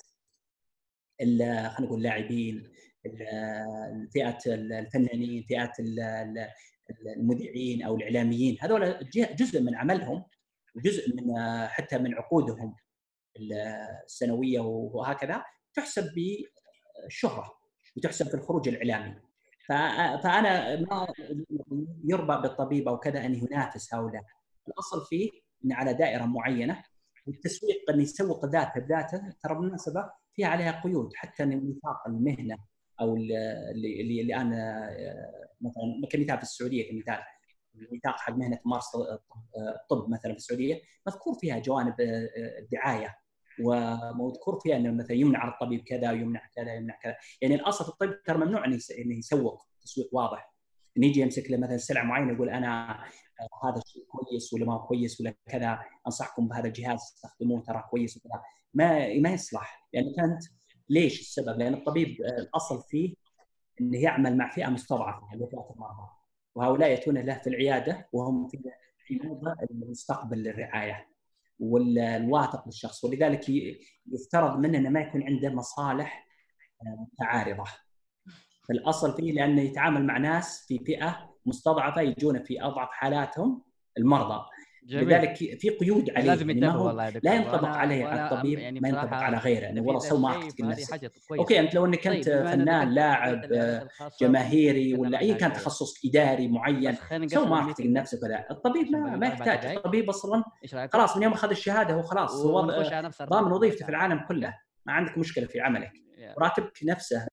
خلينا نقول اللاعبين، فئه الفنانين، فئه المذيعين او الاعلاميين، هذول جزء من عملهم وجزء من حتى من عقودهم السنويه وهكذا تحسب بالشهره وتحسب في الخروج الاعلامي. فانا ما يربى بالطبيب او كذا ان ينافس هؤلاء، الاصل فيه ان على دائره معينه، والتسويق ان يسوق ذاته بذاته ترى بالمناسبه فيها عليها قيود، حتى نطاق المهنه او اللي اللي, اللي انا مثلا كمثال في السعوديه، كمثال النطاق حق مهنه ممارسه الطب مثلا في السعوديه مذكور فيها جوانب الدعايه، ومذكور فيها انه مثلا يمنع الطبيب كذا ويمنع كذا يمنع كذا. يعني الاصل في الطب ترى ممنوع انه يسوق تسويق واضح، انه يجي يمسك له مثلا سلعه معينه يقول انا هذا الشيء كويس ولا ما هو كويس ولا كذا، انصحكم بهذا الجهاز استخدموه ترى كويس وكذا، ما ما يصلح. يعني كانت ليش السبب؟ لان الطبيب الاصل فيه انه يعمل مع فئه مستضعفه اللي فئه المرضى، وهؤلاء ياتون له في العياده وهم في في موضع المستقبل للرعايه والواثق بالشخص، ولذلك يفترض منه انه ما يكون عنده مصالح متعارضه. فالاصل فيه لانه يتعامل مع ناس في فئه مستضعفه يجون في اضعف حالاتهم المرضى. جميل. لذلك في قيود عليه، لازم يعني ما هو لا ينطبق عليه على الطبيب يعني ما ينطبق على غيره، انه والله سوي ما اعتقد نفسك. اوكي انت لو انك انت طيب فنان لاعب جماهيري ولا اي كان تخصص اداري معين سوي ما اعتقد نفسك كذا. الطبيب ما, ما يحتاج، الطبيب اصلا خلاص من يوم اخذ الشهاده هو خلاص هو ضامن وظيفته في العالم كله، ما عندك مشكله في عملك، راتبك نفسه.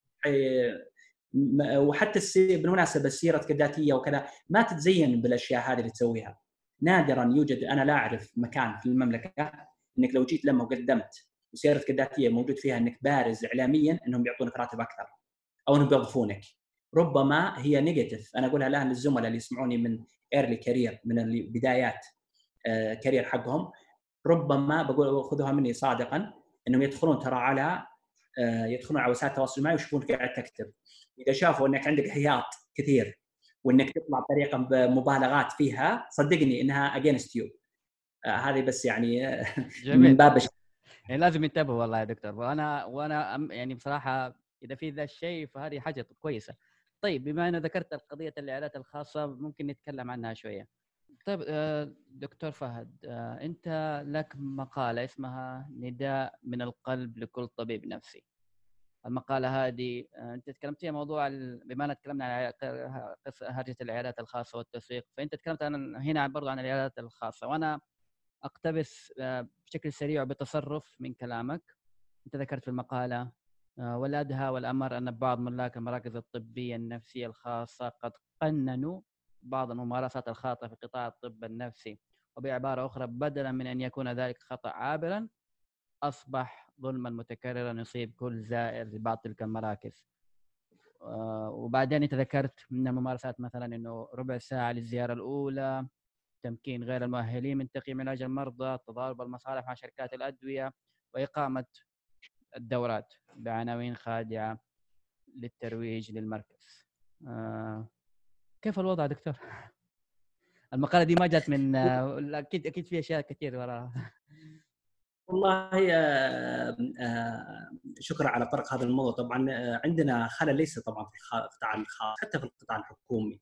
وحتى بالمناسبه السيره الذاتيه وكذا ما تتزين بالاشياء هذه اللي تسويها. نادرا يوجد، انا لا اعرف مكان في المملكه انك لو جيت لما وقدمت وسيرتك الذاتيه موجود فيها انك بارز اعلاميا انهم يعطونك راتب اكثر او انهم بيوظفونك. ربما هي نيجاتيف، انا اقولها الان للزملاء اللي يسمعوني من ايرلي كارير، من البدايات آه كارير حقهم، ربما بقول خذوها مني صادقا انهم يدخلون ترى على آه يدخلون على وسائل التواصل الاجتماعي ويشوفونك قاعد تكتب، اذا شافوا انك عندك حياط كثير وانك تطلع بطريقه مبالغات فيها صدقني انها اجينست يو. آه هذه بس يعني من باب يعني لازم ينتبهوا والله يا دكتور. وانا وانا يعني بصراحه اذا في ذا الشيء فهذه حاجه كويسه. طيب بما ان ذكرت قضيه العيادات الخاصه ممكن نتكلم عنها شويه. طيب دكتور فهد، انت لك مقاله اسمها نداء من القلب لكل طبيب نفسي. المقالة هذه أنت تكلمت فيها موضوع بما أن تكلمنا عن هرجة العيادات الخاصة والتسويق، فأنت تكلمت عن هنا برضو عن العيادات الخاصة، وأنا أقتبس بشكل سريع بتصرف من كلامك. أنت ذكرت في المقالة والأدهى والأمر أن بعض ملاك المراكز الطبية النفسية الخاصة قد قننوا بعض الممارسات الخاطئة في قطاع الطب النفسي، وبعبارة أخرى بدلا من أن يكون ذلك خطأ عابرا أصبح ظلما متكررا يصيب كل زائر لبعض تلك المراكز. آه وبعدين انت ذكرت من الممارسات مثلا انه ربع ساعه للزياره الاولى، تمكين غير المؤهلين من تقييم علاج المرضى، تضارب المصالح مع شركات الادويه، واقامه الدورات بعناوين خادعه للترويج للمركز. آه كيف الوضع دكتور؟ المقاله دي ما جت من آه اكيد اكيد في اشياء كثير وراها. والله شكرا على طرق هذا الموضوع. طبعا عندنا خلل ليس طبعا في القطاع الخاص حتى في القطاع الحكومي،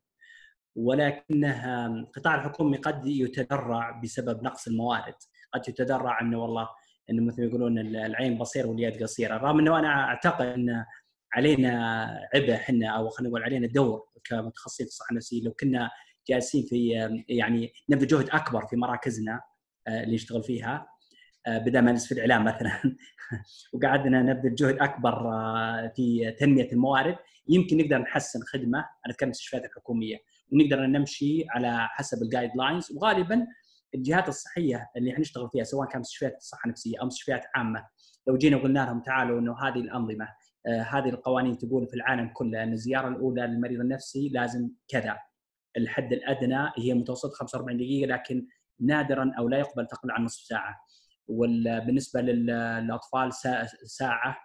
ولكنها القطاع الحكومي قد يتذرع بسبب نقص الموارد، قد يتذرع انه والله انه مثل ما يقولون العين بصير واليد قصيره، رغم انه انا اعتقد ان علينا عبء احنا او خلينا نقول علينا دور كمتخصصين في الصحه النفسيه، لو كنا جالسين في يعني نبذل جهد اكبر في مراكزنا اللي نشتغل فيها بدل ما نجلس في الاعلام مثلا وقعدنا نبذل جهد اكبر في تنميه الموارد، يمكن نقدر نحسن خدمه. انا اتكلم عن المستشفيات الحكوميه ونقدر نمشي على حسب الجايد لاينز، وغالبا الجهات الصحيه اللي حنشتغل فيها سواء كان مستشفيات الصحه النفسيه او مستشفيات عامه، لو جينا وقلنا لهم تعالوا انه هذه الانظمه آه هذه القوانين تقول في العالم كله ان الزياره الاولى للمريض النفسي لازم كذا، الحد الادنى هي متوسط خمسة وأربعين دقيقه، لكن نادرا او لا يقبل تقل عن نصف ساعه، وبالنسبه للاطفال ساعه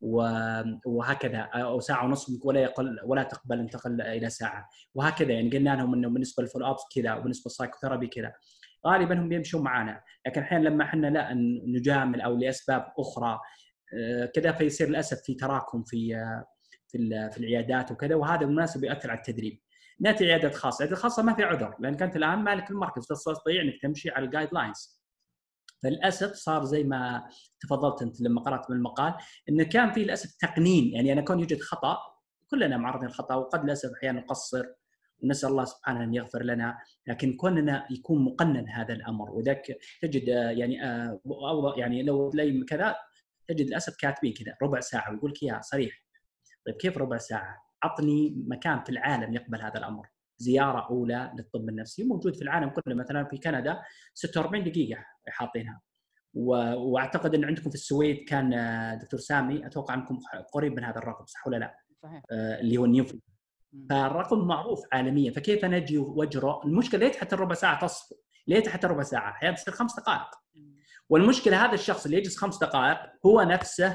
وهكذا او ساعه ونصف ولا يقل ولا تقبل ان تقل الى ساعه، وهكذا. يعني قلنا لهم انه بالنسبه للفول ابس كذا وبالنسبه للسايكوثيرابي كذا، غالبا هم بيمشوا معنا. لكن الحين لما احنا لا نجامل او لاسباب اخرى كذا فيصير للاسف في تراكم في في في العيادات وكذا، وهذا بالمناسبه يؤثر على التدريب. ناتي عيادات خاصه، العيادات الخاصه ما في عذر لانك انت الان مالك المركز تستطيع انك تمشي على الجايد لاينز. فللاسف صار زي ما تفضلت انت لما قرات من المقال انه كان في للاسف تقنين، يعني انا كون يوجد خطا كلنا معرضين للخطا وقد للاسف احيانا نقصر ونسال الله سبحانه ان يغفر لنا، لكن كوننا يكون مقنن هذا الامر. وذاك تجد يعني او يعني لو تلاقي كذا تجد للاسف كاتبين كذا ربع ساعه ويقول لك اياها صريح. طيب كيف ربع ساعه؟ عطني مكان في العالم يقبل هذا الامر. زياره اولى للطب النفسي موجود في العالم كله، مثلا في كندا ستة وأربعين دقيقه حاطينها، واعتقد ان عندكم في السويد كان دكتور سامي اتوقع انكم قريب من هذا الرقم، صح ولا لا؟ صحيح. آه اللي هو النيوفل. فالرقم معروف عالميا، فكيف نجي واجرؤ؟ المشكله ليت حتى ربع ساعه تصفو، ليت حتى ربع ساعه احيانا تصير خمس دقائق. والمشكله هذا الشخص اللي يجلس خمس دقائق هو نفسه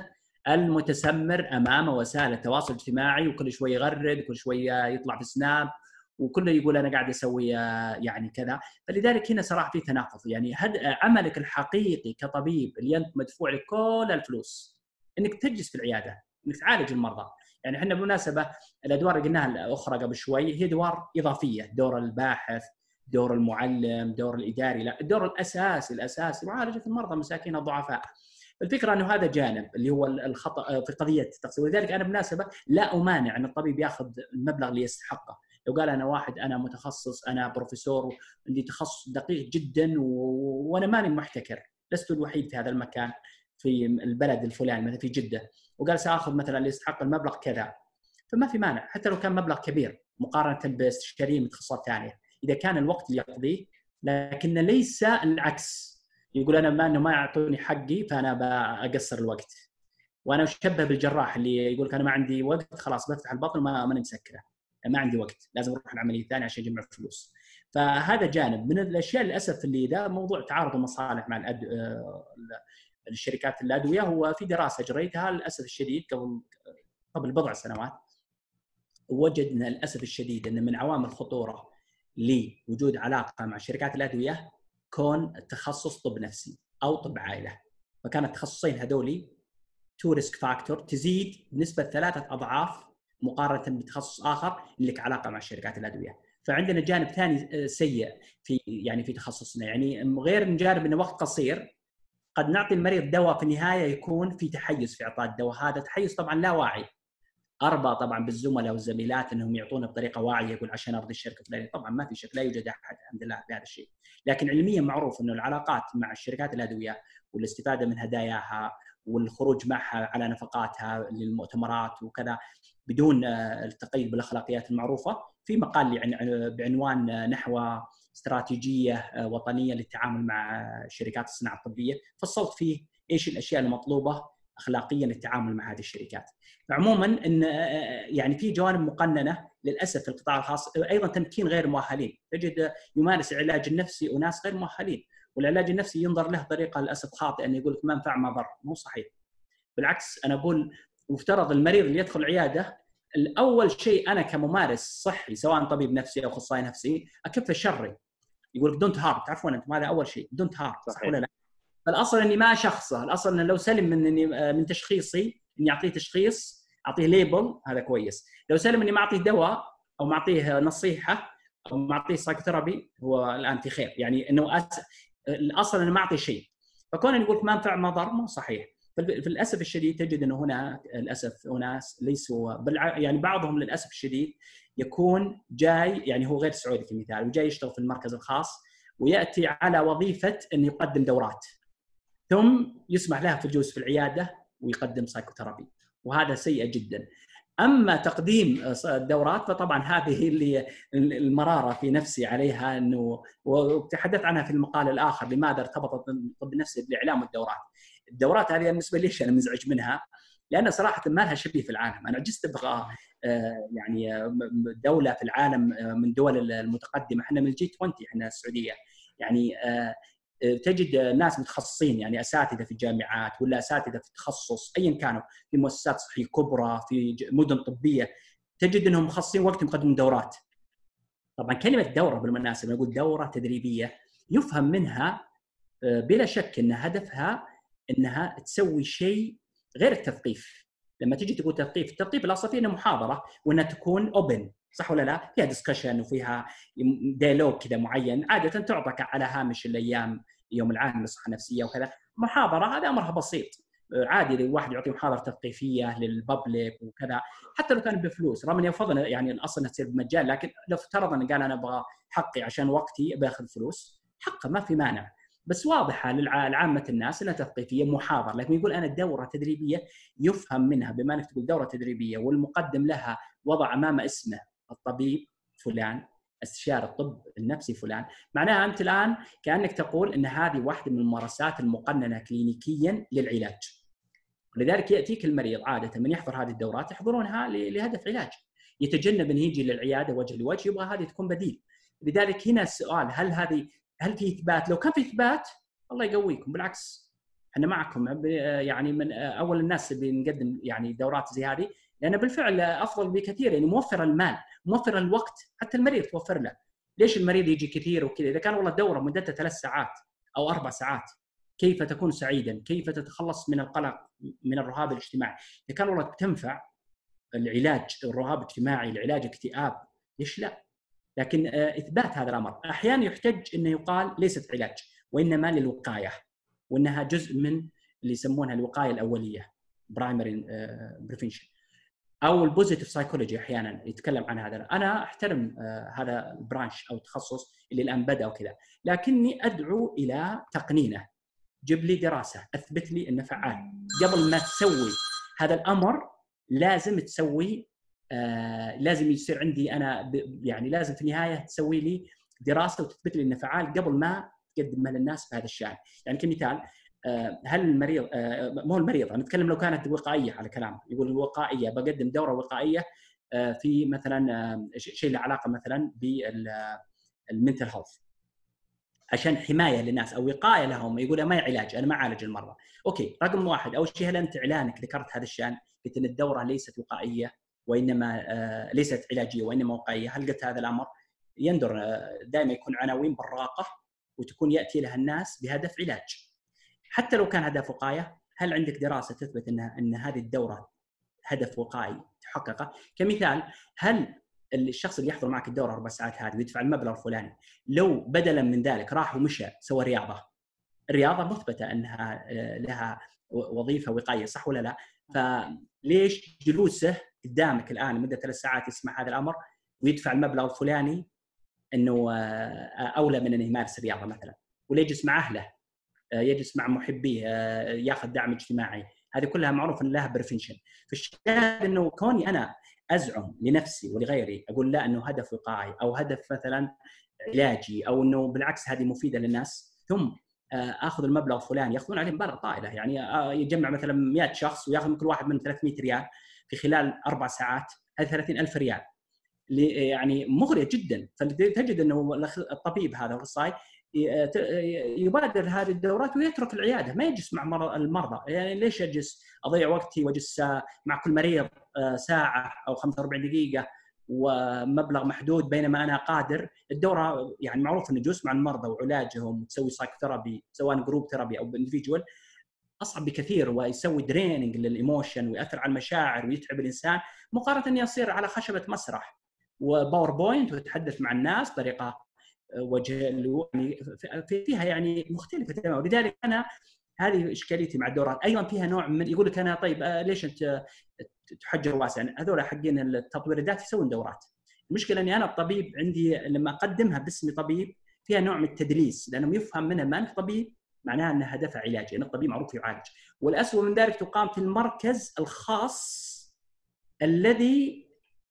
المتسمر امام وسائل التواصل الاجتماعي، وكل شوي يغرد وكل شويه يطلع في سناب وكله يقول انا قاعد اسوي يعني كذا. فلذلك هنا صراحه في تناقض. يعني عملك الحقيقي كطبيب اللي انت مدفوع لك كل الفلوس انك تجلس في العياده، انك تعالج المرضى. يعني احنا بالمناسبه الادوار اللي قلناها الاخرى قبل شوي هي ادوار اضافيه، دور الباحث، دور المعلم، دور الاداري، لا الدور الاساسي الاساسي معالجه المرضى المساكين الضعفاء. الفكره انه هذا جانب اللي هو الخطا في قضيه التقسيم. ولذلك انا بالمناسبه لا امانع ان الطبيب ياخذ المبلغ اللي يستحقه. لو قال انا واحد انا متخصص انا بروفيسور عندي تخصص دقيق جدا و... وانا ماني محتكر، لست الوحيد في هذا المكان في البلد الفلاني مثلا في جده، وقال ساخذ مثلا اللي يستحق المبلغ كذا، فما في مانع حتى لو كان مبلغ كبير مقارنه باستشاريين من تخصصات ثانيه اذا كان الوقت اللي يقضيه. لكن ليس العكس، يقول انا ما انه ما يعطوني حقي فانا بقصر الوقت. وانا اشبه بالجراح اللي يقول انا ما عندي وقت خلاص بفتح البطن ما ماني مسكره، ما عندي وقت لازم اروح العمليه الثانيه عشان اجمع فلوس. فهذا جانب من الاشياء للاسف اللي ده موضوع تعارض المصالح مع الأد... الشركات الادويه. هو في دراسه جريتها للاسف الشديد قبل قبل بضع سنوات، وجدنا للاسف الشديد ان من عوامل الخطوره لوجود علاقه مع شركات الادويه كون تخصص طب نفسي او طب عائله. فكان التخصصين هذولي تو ريسك فاكتور تزيد بنسبه ثلاثه اضعاف مقارنه بتخصص اخر اللي لك علاقه مع شركات الادويه. فعندنا جانب ثاني سيء في يعني في تخصصنا، يعني غير من جانب انه وقت قصير قد نعطي المريض دواء في النهايه يكون في تحيز في اعطاء الدواء. هذا تحيز طبعا لا واعي. اربى طبعا بالزملاء والزميلات انهم يعطونه بطريقه واعيه، يقول عشان ارضي الشركه الفلانيه. طبعا ما في شك، لا يوجد احد الحمد لله بهذا الشيء. لكن علميا معروف انه العلاقات مع الشركات الادويه والاستفاده من هداياها والخروج معها على نفقاتها للمؤتمرات وكذا بدون التقييد بالاخلاقيات المعروفه، في مقال بعنوان نحو استراتيجيه وطنيه للتعامل مع شركات الصناعه الطبيه، فصلت فيه ايش الاشياء المطلوبه اخلاقيا للتعامل مع هذه الشركات. فعموما ان يعني في جوانب مقننه للاسف في القطاع الخاص. ايضا تمكين غير مؤهلين، تجد يمارس العلاج النفسي اناس غير مؤهلين، والعلاج النفسي ينظر له بطريقه للاسف خاطئه انه يقول لك ما ينفع ما ضر. مو صحيح، بالعكس انا اقول مفترض المريض اللي يدخل العياده الاول شيء انا كممارس صحي سواء طبيب نفسي او اخصائي نفسي اكف شري. يقول لك دونت هارم، تعرفون انتم هذا اول شيء دونت هارم، صح ولا لا؟ فالاصل اني ما اشخصه، الاصل انه لو سلم من اني من تشخيصي اني اعطيه تشخيص اعطيه ليبل هذا كويس. لو سلم اني ما اعطيه دواء او ما اعطيه نصيحه او ما اعطيه سايكوثيرابي هو الان في خير. يعني انه أس... الاصل انه ما اعطيه شيء. فكون يقول لك ما ينفع ما ضر مو صحيح. فللاسف الشديد تجد انه هنا للاسف اناس ليسوا بالع... يعني بعضهم للاسف الشديد يكون جاي يعني هو غير سعودي في مثال وجاي يشتغل في المركز الخاص وياتي على وظيفه انه يقدم دورات ثم يسمح له في الجلوس في العياده ويقدم سايكوثيرابي، وهذا سيء جدا. اما تقديم الدورات فطبعا هذه اللي المراره في نفسي عليها، انه وتحدثت عنها في المقال الاخر لماذا ارتبطت الطب النفسي بالاعلام والدورات. الدورات هذه بالنسبه لي انا منزعج منها لان صراحه ما لها شبيه في العالم. انا عجزت ابغى يعني دوله في العالم من دول المتقدمه، احنا من الجي عشرين احنا السعوديه يعني تجد ناس متخصصين يعني اساتذه في الجامعات ولا اساتذه في التخصص ايا كانوا في مؤسسات صحيه كبرى في مدن طبيه، تجد انهم مخصصين وقتهم يقدمون دورات. طبعا كلمه دوره بالمناسبه نقول دوره تدريبيه يفهم منها بلا شك ان هدفها انها تسوي شيء غير التثقيف. لما تيجي تقول تثقيف، التثقيف الاصل فيه محاضره وانها تكون اوبن، صح ولا لا؟ فيها ديسكشن وفيها ديالوج كذا معين، عاده تعطى على هامش الايام يوم العالمي للصحه النفسيه وكذا. محاضره هذا امرها بسيط عادي، الواحد يعطي محاضره تثقيفيه للببليك وكذا حتى لو كان بفلوس، رغم اني افضل يعني الاصل انها تصير بمجال، لكن لو افترضنا قال انا ابغى حقي عشان وقتي باخذ فلوس، حقه ما في مانع، بس واضحه للعامه الناس انها تثقيفيه محاضره. لكن يقول انا دوره تدريبيه يفهم منها بما انك تقول دوره تدريبيه والمقدم لها وضع امام اسمه الطبيب فلان، استشاري الطب النفسي فلان، معناها انت الان كانك تقول ان هذه واحده من الممارسات المقننه كلينيكيا للعلاج. ولذلك ياتيك المريض عاده من يحضر هذه الدورات يحضرونها لهدف علاج، يتجنب ان يجي للعياده وجه لوجه، يبغى هذه تكون بديل. لذلك هنا السؤال هل هذه هل في اثبات؟ لو كان في اثبات الله يقويكم، بالعكس احنا معكم يعني من اول الناس اللي بنقدم يعني دورات زي هذه، لان بالفعل افضل بكثير، يعني موفر المال، موفر الوقت، حتى المريض توفر له. ليش المريض يجي كثير وكذا؟ اذا كان والله الدوره مدتها ثلاث ساعات او اربع ساعات، كيف تكون سعيدا؟ كيف تتخلص من القلق، من الرهاب الاجتماعي؟ اذا كان والله تنفع العلاج الرهاب الاجتماعي، العلاج اكتئاب، ليش لا؟ لكن اثبات هذا الامر احيانا يحتاج انه يقال ليست علاج وانما للوقايه، وانها جزء من اللي يسمونها الوقايه الاوليه برايمري بريفنشن او البوزيتيف سايكولوجي، احيانا يتكلم عن هذا. انا احترم هذا البرانش او التخصص اللي الان بدا وكذا، لكني ادعو الى تقنينه. جيب لي دراسه اثبت لي انه فعال. قبل ما تسوي هذا الامر لازم تسوي آه لازم يصير عندي انا يعني لازم في النهايه تسوي لي دراسه وتثبت لي انه فعال قبل ما تقدمها للناس بهذا الشان. يعني كمثال آه هل المريض آه مو المريض، انا اتكلم لو كانت وقائيه على كلام، يقول الوقائيه بقدم دوره وقائيه آه في مثلا آه شيء له علاقه مثلا بالمنتل هيلث عشان حمايه للناس او وقايه لهم، يقول ما هي علاج، انا ما اعالج المرضى. اوكي، رقم واحد اول شيء، هل انت اعلانك ذكرت هذا الشان؟ قلت ان الدوره ليست وقائيه وانما آه ليست علاجيه وانما وقائيه. هل قلت هذا الامر؟ يندر آه دائما يكون عناوين براقه وتكون ياتي لها الناس بهدف علاج. حتى لو كان هدف وقايه، هل عندك دراسه تثبت ان ان هذه الدوره هدف وقائي تحققه؟ كمثال، هل الشخص اللي يحضر معك الدوره اربع ساعات هذه ويدفع المبلغ الفلاني، لو بدلا من ذلك راح ومشى سوى رياضه، الرياضه مثبته انها لها وظيفه وقائيه، صح ولا لا؟ فليش جلوسه قدامك الان لمده ثلاث ساعات يسمع هذا الامر ويدفع المبلغ الفلاني انه اولى من انه يمارس الرياضه مثلا؟ ويجلس مع اهله، يجلس مع محبيه، ياخذ دعم اجتماعي. هذه كلها معروف ان لها بريفنشن. فالشاهد انه كوني انا ازعم لنفسي ولغيري اقول لا انه هدف وقائي او هدف مثلا علاجي او انه بالعكس هذه مفيده للناس، ثم اخذ المبلغ الفلاني ياخذون عليه مبالغ طائله، يعني يجمع مثلا مئة شخص وياخذ من كل واحد من ثلاثمئة ريال في خلال اربع ساعات، هذه ثلاثين ألف ريال، يعني مغريه جدا. فتجد انه الطبيب هذا الاخصائي يبادر هذه الدورات ويترك العياده، ما يجلس مع المرضى. يعني ليش اجلس اضيع وقتي واجلس مع كل مريض ساعه او خمسة وأربعين دقيقه ومبلغ محدود، بينما انا قادر الدوره يعني معروف ان جلوس مع المرضى وعلاجهم وتسوي سايكوثيرابي سواء جروب ثيرابي او انديفيدوال اصعب بكثير، ويسوي دريننج للايموشن وياثر على المشاعر ويتعب الانسان، مقارنه اني اصير على خشبه مسرح وباوربوينت وتحدث مع الناس بطريقه وجه يعني فيها يعني مختلفه تماما. ولذلك انا هذه اشكاليتي مع الدورات. ايضا فيها نوع من يقول لك انا طيب ليش انت تحجر واسع؟ هذول حقين التطوير الذاتي يسوون دورات. المشكله اني انا الطبيب عندي لما اقدمها باسمي طبيب فيها نوع من التدليس، لانه يفهم منها ما انت طبيب معناها ان هدفها علاجي، ان الطبيب معروف يعالج. والاسوء من ذلك تقام في المركز الخاص الذي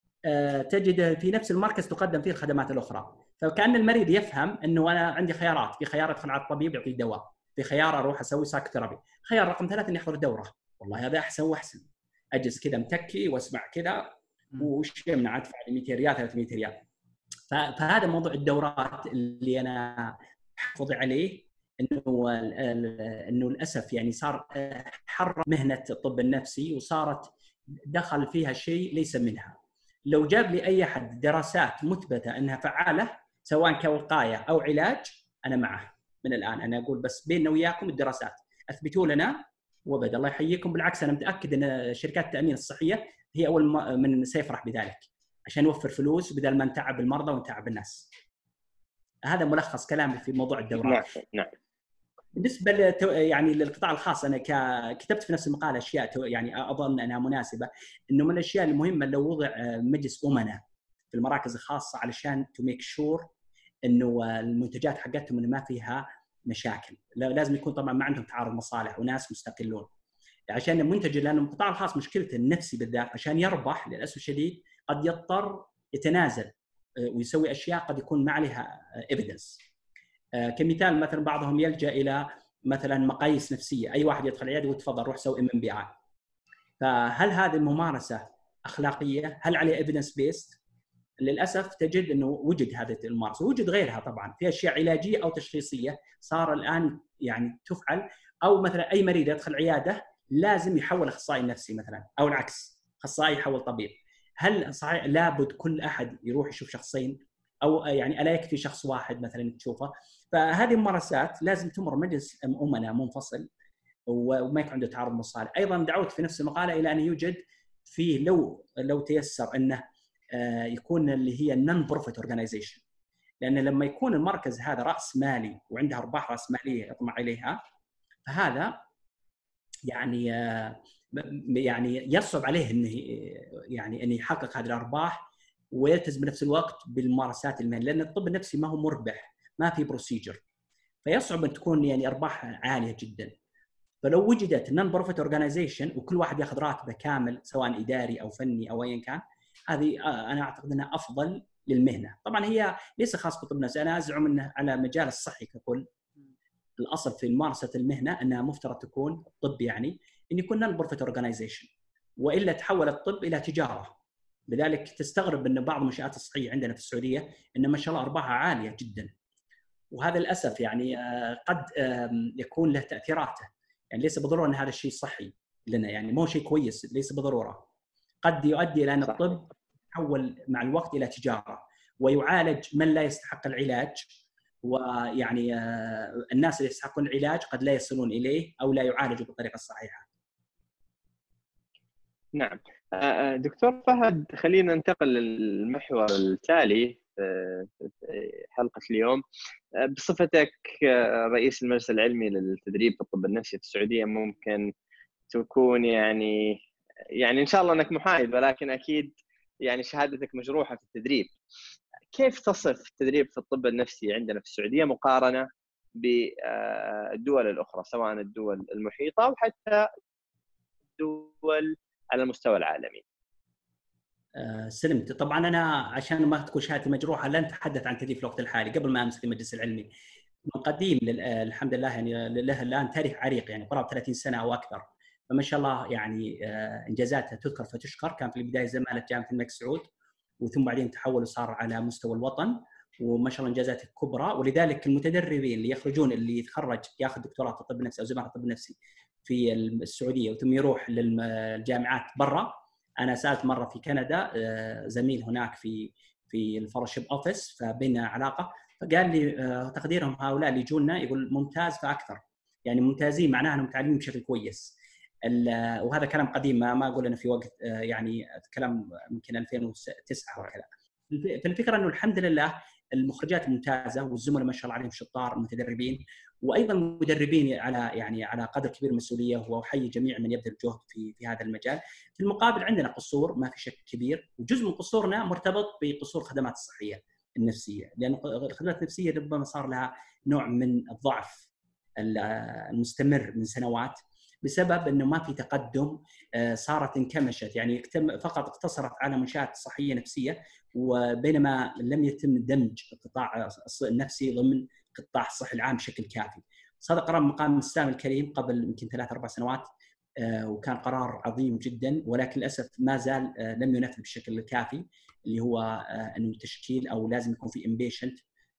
تجد في نفس المركز تقدم فيه الخدمات الاخرى. فكأن المريض يفهم انه انا عندي خيارات، في خيار ادخل على الطبيب يعطيه دواء، في خيار اروح اسوي سايكوثيرابي، خيار رقم ثلاثة اني احضر دوره. والله هذا احسن واحسن، اجلس كذا متكي واسمع كذا وش يمنع ادفع مئتين ريال ثلاثمئة ريال. فهذا موضوع الدورات اللي انا احافظ عليه، انه انه للاسف يعني صار حر مهنه الطب النفسي وصارت دخل فيها شيء ليس منها. لو جاب لي اي احد دراسات مثبته انها فعاله سواء كوقايه او علاج انا معه من الان. انا اقول بس بيننا وياكم الدراسات اثبتوا لنا وبدا الله يحييكم. بالعكس انا متاكد ان شركات التامين الصحيه هي اول من سيفرح بذلك عشان نوفر فلوس بدل ما نتعب المرضى ونتعب الناس. هذا ملخص كلامي في موضوع الدورات. نعم نعم. بالنسبه يعني للقطاع الخاص انا كتبت في نفس المقاله اشياء يعني اظن انها مناسبه، انه من الاشياء المهمه لو وضع مجلس امناء في المراكز الخاصه علشان تو ميك شور انه المنتجات حقتهم انه ما فيها مشاكل. لازم يكون طبعا ما عندهم تعارض مصالح وناس مستقلون، عشان المنتج لانه القطاع الخاص مشكلته النفسي بالذات عشان يربح للاسف الشديد قد يضطر يتنازل ويسوي اشياء قد يكون ما عليها ايفيدنس. كمثال مثلا بعضهم يلجا الى مثلا مقاييس نفسيه، اي واحد يدخل العياده وتفضل روح سوي ام ام بي اي. فهل هذه الممارسه اخلاقيه؟ هل عليها ايفيدنس بيست؟ للاسف تجد انه وجد هذه الممارسه، وجد غيرها طبعا في اشياء علاجيه او تشخيصيه صار الان يعني تفعل، او مثلا اي مريض يدخل عياده لازم يحول اخصائي نفسي مثلا، او العكس اخصائي يحول طبيب. هل صحيح لابد كل احد يروح يشوف شخصين، او يعني الا يكفي شخص واحد مثلا تشوفه؟ فهذه الممارسات لازم تمر مجلس امناء منفصل وما يكون عنده تعارض مصالح. ايضا دعوت في نفس المقاله الى ان يوجد فيه لو لو تيسر انه يكون اللي هي نون بروفيت اورجانيزيشن، لان لما يكون المركز هذا راس مالي وعنده ارباح راس ماليه يطمع اليها، فهذا يعني يعني يصعب عليه انه يعني انه يحقق هذه الارباح ويلتزم بنفس الوقت بالممارسات المهنيه، لان الطب النفسي ما هو مربح، ما في بروسيجر، فيصعب ان تكون يعني ارباح عاليه جدا. فلو وجدت نون بروفيت اورجانيزيشن وكل واحد ياخذ راتبه كامل سواء اداري او فني او ايا كان، هذه انا اعتقد انها افضل للمهنه. طبعا هي ليس خاص بالطب النفسي، انا ازعم انه على مجال الصحي ككل الاصل في ممارسه المهنه انها مفترض تكون الطب يعني ان يكون نون بروفيت اورجانيزيشن، والا تحول الطب الى تجاره. لذلك تستغرب ان بعض المنشآت الصحيه عندنا في السعوديه ان ما شاء الله ارباحها عاليه جدا، وهذا للاسف يعني قد يكون له تاثيراته، يعني ليس بالضروره ان هذا الشيء صحي لنا، يعني مو شيء كويس ليس بالضروره، قد يؤدي الى ان الطب يتحول مع الوقت الى تجاره ويعالج من لا يستحق العلاج، ويعني الناس اللي يستحقون العلاج قد لا يصلون اليه او لا يعالجوا بالطريقه الصحيحه. نعم دكتور فهد، خلينا ننتقل للمحور التالي في حلقة اليوم. بصفتك رئيس المجلس العلمي للتدريب في الطب النفسي في السعودية، ممكن تكون يعني يعني إن شاء الله أنك محايد، ولكن أكيد يعني شهادتك مجروحة في التدريب. كيف تصف التدريب في الطب النفسي عندنا في السعودية مقارنة بالدول الأخرى، سواء الدول المحيطة أو حتى الدول على المستوى العالمي؟ أه سلمت. طبعا انا عشان ما تكون شهادتي مجروحه لن اتحدث عن التدريب في الوقت الحالي. قبل ما امسك المجلس العلمي من قديم الحمد لله يعني له الان تاريخ عريق، يعني قرابه ثلاثين سنه او اكثر، فما شاء الله يعني انجازاتها تذكر فتشكر. كان في البدايه زماله جامعه الملك سعود، وثم بعدين تحول وصار على مستوى الوطن، وما شاء الله انجازاته كبرى. ولذلك المتدربين اللي يخرجون اللي يتخرج ياخذ دكتوراه في الطب النفسي او زماله الطب النفسي في السعوديه وثم يروح للجامعات برا. انا سالت مره في كندا زميل هناك في في الفellowship اوفيس، فبيننا علاقه، فقال لي تقديرهم هؤلاء اللي يجونا يقول ممتاز فاكثر، يعني ممتازين معناها انهم متعلمين بشكل كويس. وهذا كلام قديم، ما ما اقول انه في وقت، يعني كلام يمكن ألفين وتسعة وكذا. فالفكره انه الحمد لله المخرجات ممتازه، والزملاء ما شاء الله عليهم شطار متدربين، وايضا مدربين على يعني على قدر كبير من المسؤوليه، واحيي جميع من يبذل جهد في في هذا المجال. في المقابل عندنا قصور ما في شك كبير، وجزء من قصورنا مرتبط بقصور الخدمات الصحيه النفسيه، لان الخدمات النفسيه ربما صار لها نوع من الضعف المستمر من سنوات بسبب انه ما في تقدم، صارت انكمشت، يعني فقط اقتصرت على منشآت صحيه نفسيه، وبينما لم يتم دمج القطاع النفسي ضمن قطاع الصحه العام بشكل كافي. صدر قرار مقام السلام الكريم قبل يمكن ثلاث اربع سنوات، وكان قرار عظيم جدا، ولكن للاسف ما زال لم ينفذ بالشكل الكافي، اللي هو انه تشكيل او لازم يكون في امبيشنت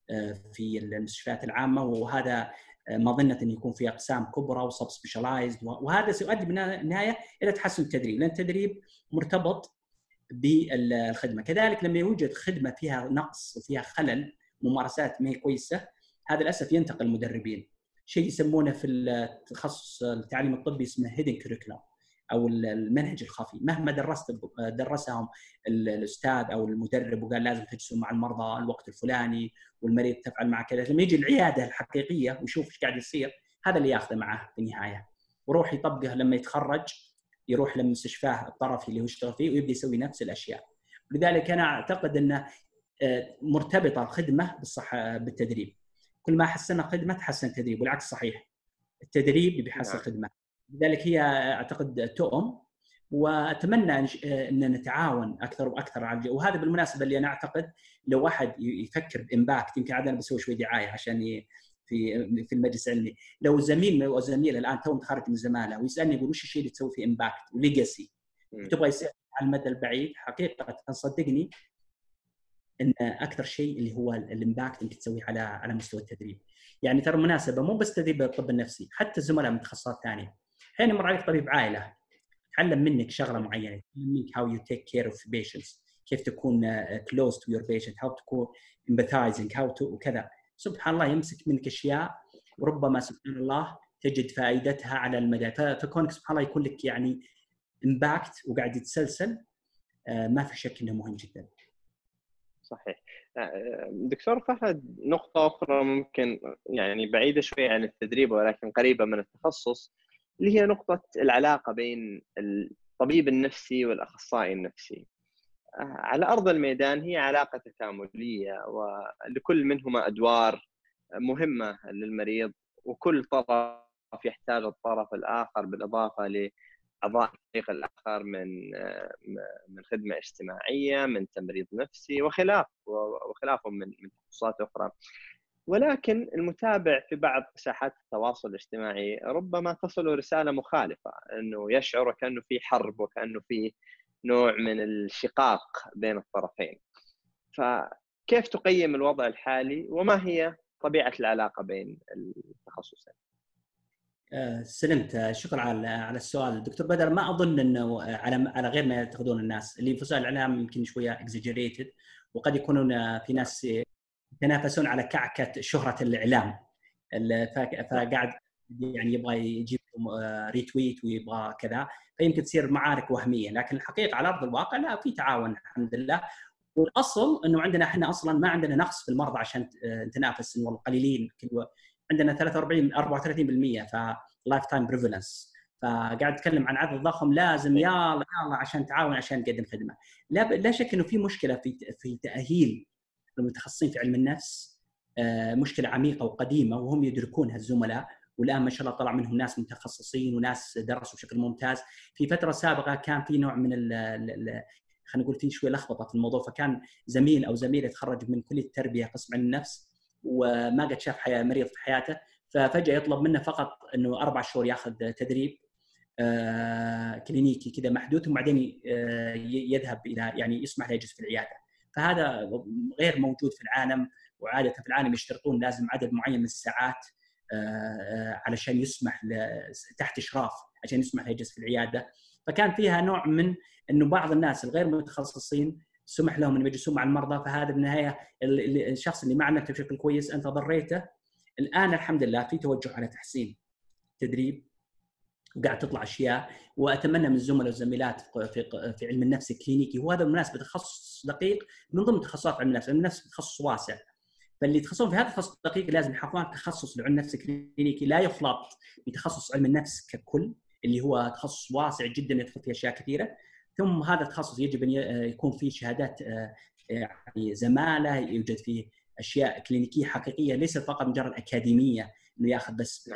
في المستشفيات العامه، وهذا مظنه انه يكون في اقسام كبرى وسب سبيشالايزد، وهذا سيؤدي بالنهايه الى تحسن التدريب، لان التدريب مرتبط بالخدمه. كذلك لما يوجد خدمه فيها نقص وفيها خلل، ممارسات ما هي كويسه، هذا للاسف ينتقل المدربين. شيء يسمونه في التخصص التعليم الطبي اسمه هيدن كوريكولم او المنهج الخفي، مهما درست درسهم الاستاذ او المدرب وقال لازم تجلسوا مع المرضى الوقت الفلاني والمريض تفعل معه كذا، لما يجي العياده الحقيقيه ويشوف ايش قاعد يصير، هذا اللي ياخذه معه في النهايه، وروح يطبقه لما يتخرج، يروح لمستشفاه الطرفي اللي هو يشتغل فيه ويبدا يسوي نفس الاشياء. لذلك انا اعتقد ان مرتبطه الخدمه بالصحه بالتدريب، كل ما حسنا خدمه تحسن التدريب، والعكس صحيح، التدريب اللي بيحسن الخدمه. لذلك هي اعتقد تؤم، واتمنى ان نتعاون اكثر واكثر على، وهذا بالمناسبه اللي انا اعتقد لو واحد يفكر بامباكت، يمكن عاد انا بسوي شوي دعايه عشان في في المجلس العلمي، لو زميل او زميله الان تو متخرج من الزماله ويسالني يقول وش الشيء اللي تسوي فيه امباكت وليجاسي تبغى يصير على المدى البعيد، حقيقه صدقني ان اكثر شيء اللي هو الامباكت اللي تسويه على على مستوى التدريب. يعني ترى مناسبه مو بس تدريب الطب النفسي، حتى الزملاء من تخصصات ثانيه. الحين يمر عليك طبيب عائله تعلم منك شغله معينه، تعلم منك how you take care of patients، كيف تكون close to your patient، how تكون empathizing، how to وكذا. سبحان الله يمسك منك اشياء وربما سبحان الله تجد فائدتها على المدى. فكونك سبحان الله يكون لك يعني امباكت وقاعد يتسلسل، ما في شك انه مهم جدا. صحيح. دكتور فهد، نقطة أخرى ممكن يعني بعيدة شوية عن التدريب ولكن قريبة من التخصص، اللي هي نقطة العلاقة بين الطبيب النفسي والأخصائي النفسي. على أرض الميدان هي علاقة تكاملية، ولكل منهما أدوار مهمة للمريض، وكل طرف يحتاج الطرف الآخر بالإضافة لأعضاء الفريق الآخر من من خدمة اجتماعية، من تمريض نفسي وخلاف وخلافه من من تخصصات أخرى. ولكن المتابع في بعض مساحات التواصل الاجتماعي ربما تصل رسالة مخالفة، أنه يشعر كأنه في حرب وكأنه في نوع من الشقاق بين الطرفين. فكيف تقيم الوضع الحالي وما هي طبيعة العلاقة بين التخصصين؟ سلمت، شكرا على على السؤال دكتور بدر. ما اظن انه على على غير ما يعتقدون الناس اللي في وسائل الاعلام يمكن شويه اكزاجريتد، وقد يكونون في ناس يتنافسون على كعكه شهره الاعلام، فقاعد يعني يبغى يجيب ريتويت ويبغى كذا، فيمكن تصير معارك وهميه. لكن الحقيقه على ارض الواقع لا، في تعاون الحمد لله. والاصل انه عندنا احنا اصلا ما عندنا نقص في المرضى عشان نتنافس، والله قليلين، عندنا ثلاثة وأربعين أربعة وثلاثين بالمئة ف لايف تايم بريفالنس. فقاعد اتكلم عن عدد ضخم، لازم يلا يلا عشان تعاون عشان نقدم خدمه. لا لا شك انه في مشكله في في تاهيل المتخصصين في علم النفس، مشكله عميقه وقديمه وهم يدركونها الزملاء، والان ما شاء الله طلع منهم ناس متخصصين وناس درسوا بشكل ممتاز. في فتره سابقه كان في نوع من ال خلينا نقول في شويه لخبطه في الموضوع، فكان زميل او زميله يتخرج من كليه التربيه قسم علم النفس وما قد شاف حياة مريض في حياته، ففجأة يطلب منه فقط أنه أربع شهور يأخذ تدريب آه كلينيكي كذا محدود، وبعدين آه يذهب إلى يعني يسمح له يجلس في العيادة. فهذا غير موجود في العالم، وعادة في العالم يشترطون لازم عدد معين من الساعات آه علشان يسمح تحت إشراف عشان يسمح له يجلس في العيادة. فكان فيها نوع من أنه بعض الناس الغير متخصصين سمح لهم أن يجلسون مع المرضى، فهذا بالنهاية الشخص اللي ما عملته بشكل كويس أنت ضريته. الآن الحمد لله في توجه على تحسين تدريب وقاعد تطلع أشياء، وأتمنى من الزملاء والزميلات في في علم النفس الكلينيكي، وهذا بالمناسبة تخصص دقيق من ضمن تخصصات علم النفس. علم النفس تخصص واسع، فاللي يتخصصون في هذا التخصص الدقيق لازم يحافظون على تخصص العلم النفس الكلينيكي لا يخلط بتخصص علم النفس ككل اللي هو تخصص واسع جدا يدخل فيه أشياء كثيرة. ثم هذا التخصص يجب أن يكون فيه شهادات يعني زمالة، يوجد فيه أشياء كلينيكية حقيقية، ليس فقط مجرد أكاديمية إنه يأخذ بس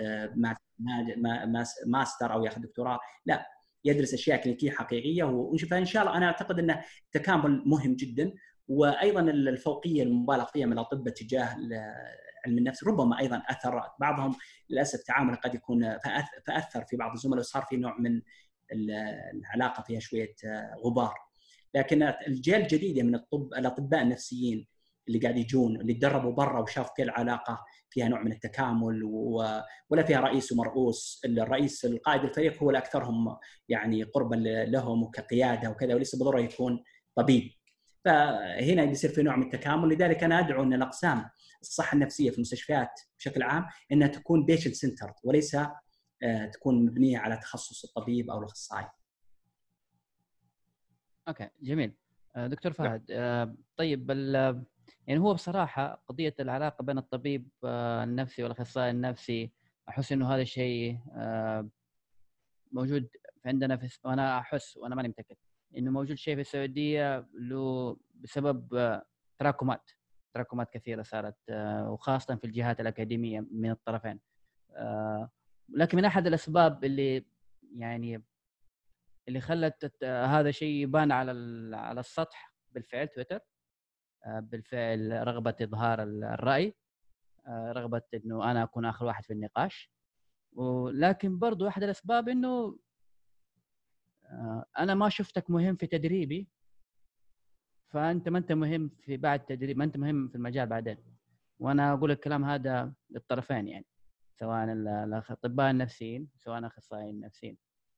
ماستر أو يأخذ دكتوراه، لا، يدرس أشياء كلينيكية حقيقية. فإن شاء الله أنا أعتقد أن التكامل مهم جدا، وأيضا الفوقية المبالغ فيها من الأطباء تجاه علم النفس ربما أيضا أثر بعضهم للأسف تعامل قد يكون فأثر في بعض الزملاء وصار في نوع من العلاقة فيها شوية غبار. لكن الجيل الجديد من الطب الأطباء النفسيين اللي قاعد يجون اللي تدربوا برا وشافوا كل العلاقة فيها نوع من التكامل ولا فيها رئيس ومرؤوس. الرئيس القائد الفريق هو الأكثرهم يعني قربا لهم وكقيادة وكذا، وليس بالضرورة يكون طبيب. فهنا يصير في نوع من التكامل. لذلك أنا أدعو أن الأقسام الصحة النفسية في المستشفيات بشكل عام أنها تكون patient centered وليس تكون مبنية على تخصص الطبيب أو الأخصائي. أوكي جميل دكتور فهد. طيب يعني هو بصراحة قضية العلاقة بين الطبيب النفسي والأخصائي النفسي أحس إنه هذا الشيء موجود عندنا في، وأنا أحس وأنا ماني متأكد إنه موجود شيء في السعودية له بسبب تراكمات تراكمات كثيرة صارت، وخاصة في الجهات الأكاديمية من الطرفين. لكن من أحد الأسباب اللي يعني اللي خلت هذا الشيء يبان على على السطح بالفعل تويتر، بالفعل رغبة إظهار الرأي، رغبة إنه أنا أكون آخر واحد في النقاش. ولكن برضو أحد الأسباب إنه أنا ما شفتك مهم في تدريبي، فانت ما انت مهم في بعد التدريب، ما انت مهم في المجال بعدين. وانا اقول الكلام هذا للطرفين، يعني سواء الاطباء النفسيين سواء الاخصائيين النفسيين.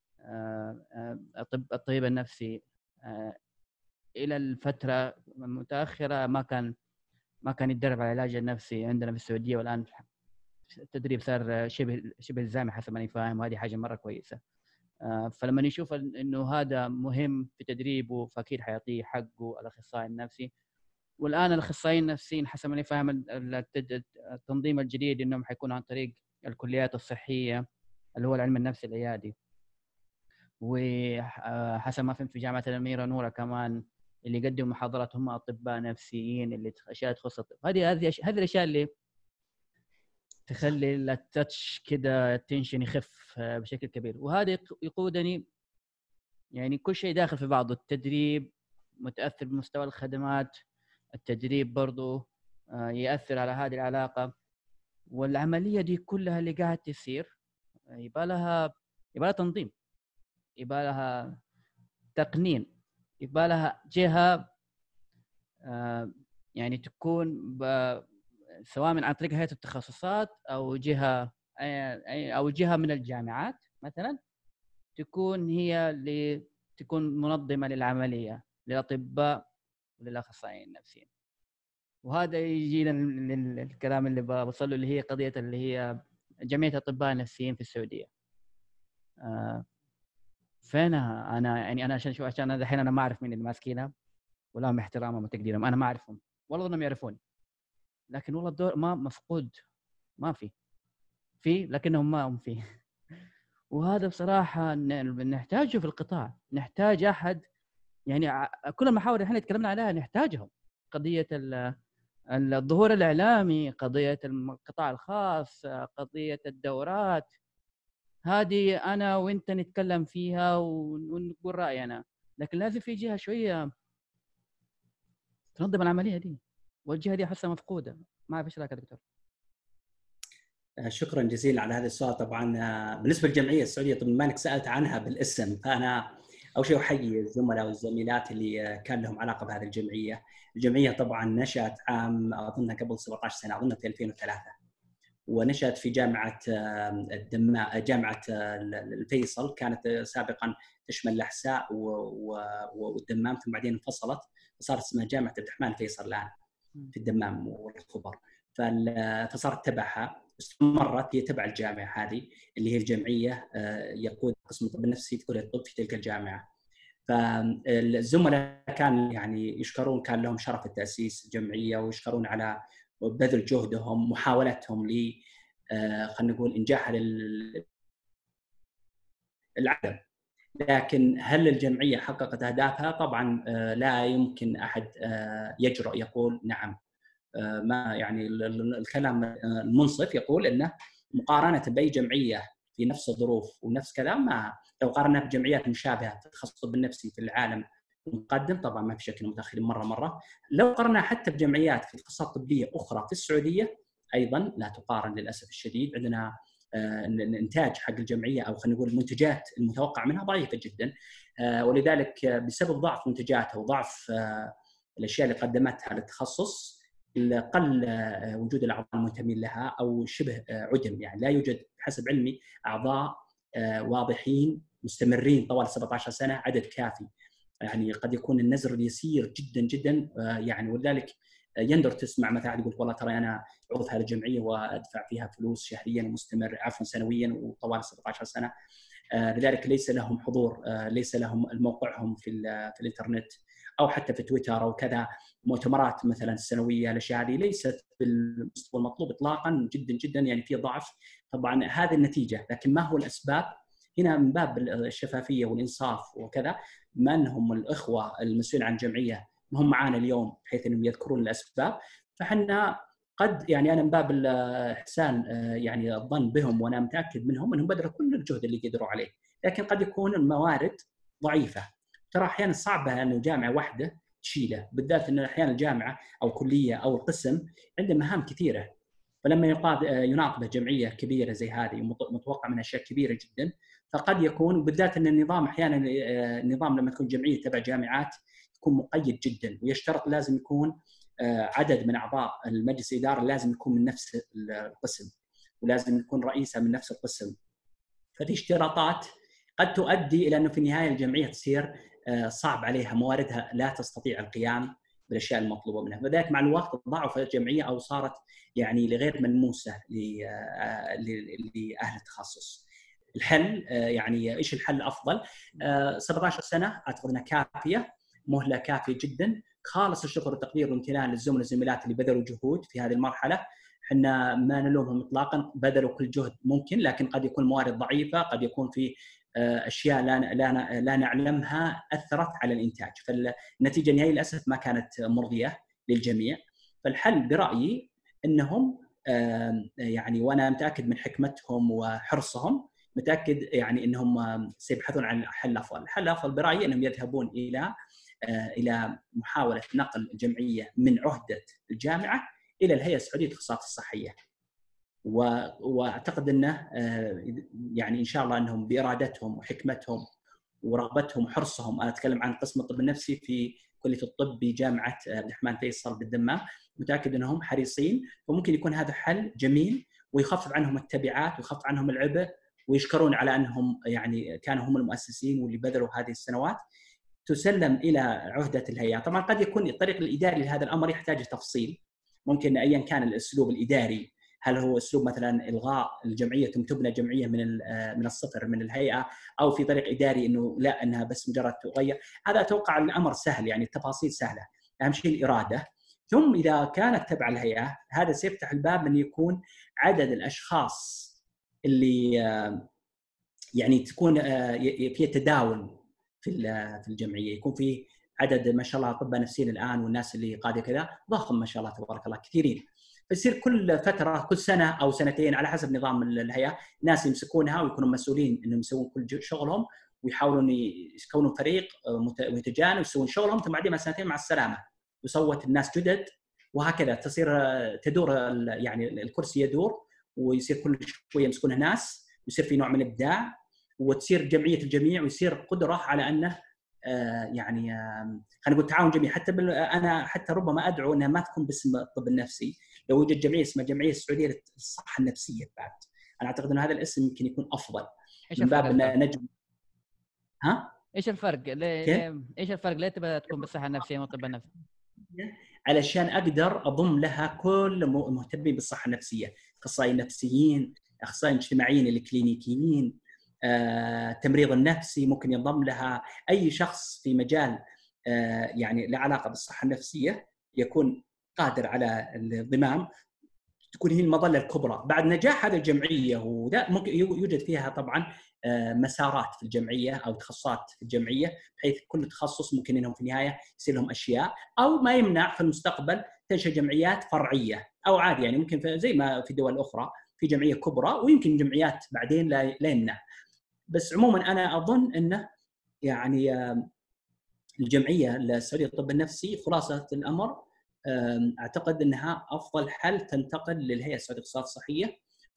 الطب الطبيب النفسي الى الفتره المتاخره ما كان ما كان يتدرب على العلاج النفسي عندنا في السعوديه، والان التدريب صار شبه شبه الزامي حسب ما انا فاهم، وهذه حاجه مره كويسه. فلما يشوف انه هذا مهم في تدريبه فاكيد حيعطيه حقه الاخصائي النفسي. والان الاخصائيين النفسيين حسب ما انا فاهم التنظيم الجديد انهم حيكونوا عن طريق الكليات الصحيه اللي هو العلم النفسي العيادي، وحسب ما فهمت في جامعه الاميره نوره كمان اللي يقدموا محاضرات هم اطباء نفسيين اللي اشياء تخص الطب. هذه هذه هذه الاشياء اللي تخلي التاتش كده التنشن يخف بشكل كبير، وهذا يقودني يعني كل شيء داخل في بعضه. التدريب متاثر بمستوى الخدمات، التدريب برضو يأثر على هذه العلاقة، والعملية دي كلها اللي قاعد تصير يبقى لها يبقى لها تنظيم، يبقى لها تقنين، يبقى لها جهة يعني تكون سواء من عن طريق هيئة التخصصات أو جهة أو جهة من الجامعات مثلا تكون هي اللي تكون منظمة للعملية للأطباء وللأخصائيين النفسيين. وهذا يجينا للكلام اللي بوصله اللي هي قضية اللي هي جمعية الأطباء النفسيين في السعودية. آه فينها أنا يعني أنا عشان شو عشان أنا الحين أنا ما أعرف مين اللي ماسكينها ولا احترامهم وتقديرهم، أنا ما أعرفهم ولا أظنهم يعرفوني، لكن والله الدور ما مفقود، ما في في لكنهم ما هم فيه. وهذا بصراحة نحتاجه في القطاع، نحتاج أحد يعني كل المحاور اللي احنا تكلمنا عليها نحتاجهم. قضية الظهور الإعلامي، قضية القطاع الخاص، قضية الدورات، هذه أنا وإنت نتكلم فيها ونقول رأينا، لكن لازم في جهة شوية تنظم العملية دي، والجهة دي أحسها مفقودة. ما أعرف إيش رأيك يا دكتور؟ شكرا جزيلا على هذا السؤال. طبعا بالنسبة للجمعية السعودية طبعا ما انك سألت عنها بالاسم، فأنا أول شيء أحيي الزملاء والزميلات اللي كان لهم علاقة بهذه الجمعية. الجمعية طبعا نشأت عام أظنها قبل سبعة عشر سنة، أظنها في ألفين وثلاثة، ونشأت في جامعة الدمام جامعة الفيصل، كانت سابقا تشمل الأحساء والدمام ثم بعدين انفصلت وصارت اسمها جامعة عبد الرحمن الفيصل الآن في الدمام والخبر، فصارت تبعها، استمرت هي تبع الجامعة هذه اللي هي الجمعية يقود قسم الطب النفسي في كلية الطب في تلك الجامعة. فالزملاء كان يعني يشكرون، كان لهم شرف التأسيس الجمعية ويشكرون على بذل جهدهم محاولتهم ل خلينا نقول إنجاح العدم. لكن هل الجمعية حققت أهدافها؟ طبعا لا يمكن أحد يجرؤ يقول نعم. ما يعني الكلام المنصف يقول انه مقارنه باي جمعيه في نفس الظروف ونفس كذا، ما لو قارنا بجمعيات مشابهه في التخصص النفسي في العالم المتقدم طبعا ما في شك انه متاخرين مره مره. لو قارنا حتى بجمعيات في تخصصات طبيه اخرى في السعوديه ايضا لا تقارن للاسف الشديد. عندنا الانتاج حق الجمعيه او خلينا نقول المنتجات المتوقع منها ضعيفه جدا، ولذلك بسبب ضعف منتجاتها وضعف الاشياء اللي قدمتها للتخصص قل وجود الاعضاء المنتمين لها او شبه عدم، يعني لا يوجد حسب علمي اعضاء واضحين مستمرين طوال سبعة عشر سنه عدد كافي. يعني قد يكون النزر اليسير جدا جدا يعني، ولذلك يندر تسمع مثلا يقول والله ترى انا عضو في هذه الجمعيه وادفع فيها فلوس شهريا ومستمر عفوا سنويا وطوال سبعة عشر سنه، لذلك ليس لهم حضور، ليس لهم موقعهم في في الانترنت او حتى في تويتر او كذا. مؤتمرات مثلا السنويه الاشياء هذه ليست بالمستوى المطلوب اطلاقا، جدا جدا يعني في ضعف. طبعا هذه النتيجه، لكن ما هو الاسباب؟ هنا من باب الشفافيه والانصاف وكذا، من هم الاخوه المسؤولين عن الجمعيه هم معانا اليوم بحيث انهم يذكرون الاسباب، فحنا قد يعني انا من باب الاحسان يعني الظن بهم وانا متاكد منهم انهم بذلوا كل الجهد اللي قدروا عليه، لكن قد يكون الموارد ضعيفه. ترى احيانا صعبه انه جامعه واحده تشيله، بالذات ان احيانا الجامعه او كليه او القسم عنده مهام كثيره، فلما يقاد يناطبه جمعيه كبيره زي هذه متوقع منها اشياء كبيره جدا، فقد يكون بالذات ان النظام احيانا النظام لما تكون جمعيه تبع جامعات يكون مقيد جدا، ويشترط لازم يكون عدد من اعضاء المجلس الاداره لازم يكون من نفس القسم، ولازم يكون رئيسها من نفس القسم. فهذه اشتراطات قد تؤدي الى انه في النهايه الجمعيه تصير صعب عليها، مواردها لا تستطيع القيام بالاشياء المطلوبه منها، فذلك مع الوقت ضعفت الجمعيه او صارت يعني لغير ملموسه لاهل التخصص. الحل يعني ايش الحل الافضل؟ سبعة عشر سنه اعتقد انها كافيه، مهله كافيه جدا. خالص الشكر والتقدير والامتنان للزملاء والزميلات اللي بذلوا جهود في هذه المرحله، احنا ما نلومهم اطلاقا، بذلوا كل جهد ممكن، لكن قد يكون موارد ضعيفه، قد يكون في اشياء لا لا لا نعلمها اثرت على الانتاج، فالنتيجه النهائيه للاسف ما كانت مرضيه للجميع. فالحل برايي انهم يعني، وانا متاكد من حكمتهم وحرصهم، متاكد يعني انهم سيبحثون عن حل افضل. الحل الافضل برايي انهم يذهبون الى الى محاوله نقل الجمعيه من عهده الجامعه الى الهيئه السعوديه للاختصاصات الصحيه، واعتقد انه يعني ان شاء الله انهم بارادتهم وحكمتهم ورغبتهم وحرصهم، انا اتكلم عن قسم الطب النفسي في كليه الطب بجامعه عبد الرحمن فيصل بالدمام، متاكد انهم حريصين، وممكن يكون هذا حل جميل ويخفف عنهم التبعات ويخفف عنهم العبء، ويشكرون على انهم يعني كانوا هم المؤسسين واللي بذلوا هذه السنوات. تسلم الى عهده الهيئه. طبعا قد يكون الطريق الاداري لهذا الامر يحتاج تفصيل، ممكن ايا كان الاسلوب الاداري، هل هو اسلوب مثلا الغاء الجمعيه ثم تبنى جمعيه من من الصفر من الهيئه، او في طريق اداري انه لا انها بس مجرد تغير. هذا اتوقع الامر سهل، يعني التفاصيل سهله، اهم شيء الاراده. ثم اذا كانت تبع الهيئه هذا سيفتح الباب ان يكون عدد الاشخاص اللي يعني تكون في تداول في في الجمعيه، يكون في عدد ما شاء الله اطباء نفسيين الان والناس اللي قاعده كذا ضخم ما شاء الله تبارك الله كثيرين، فيصير كل فتره كل سنه او سنتين على حسب نظام الهيئه ناس يمسكونها ويكونوا مسؤولين انهم يسوون كل شغلهم، ويحاولون يكونوا فريق متجانس ويسوون شغلهم، ثم بعدين سنتين مع السلامه وصوت الناس جدد، وهكذا تصير تدور يعني الكرسي يدور، ويصير كل شويه يمسكونه ناس، ويصير في نوع من الابداع، وتصير جمعيه الجميع، ويصير قدره على انه آه يعني آه خلينا نقول تعاون جميع. حتى انا حتى ربما ادعو انها ما تكون باسم الطب النفسي، لو وجد جمعيه اسمها الجمعيه السعوديه للصحه النفسيه بعد، انا اعتقد ان هذا الاسم يمكن يكون افضل. ايش الفرق؟ نجم ها ايش الفرق؟ ليه ايش الفرق؟ ليه تبغى تكون بالصحه النفسيه مو الطب النفسي؟ علشان اقدر اضم لها كل مهتمين بالصحه النفسيه، اخصائيين نفسيين، اخصائيين اجتماعيين الكلينيكيين، آه، التمريض النفسي ممكن ينضم لها، اي شخص في مجال آه، يعني له علاقه بالصحه النفسيه يكون قادر على الانضمام، تكون هي المظله الكبرى. بعد نجاح هذه الجمعيه وده ممكن يوجد فيها طبعا آه، مسارات في الجمعيه او تخصصات في الجمعيه، بحيث كل تخصص ممكن انهم في النهايه يصير لهم اشياء، او ما يمنع في المستقبل تنشا جمعيات فرعيه، او عادي يعني ممكن زي ما في دول اخرى في جمعيه كبرى، ويمكن جمعيات بعدين لا يمنع. بس عموما انا اظن انه يعني الجمعيه السعوديه للطب النفسي خلاصه الامر اعتقد انها افضل حل تنتقل للهيئه السعوديه للاختصاصات الصحيه،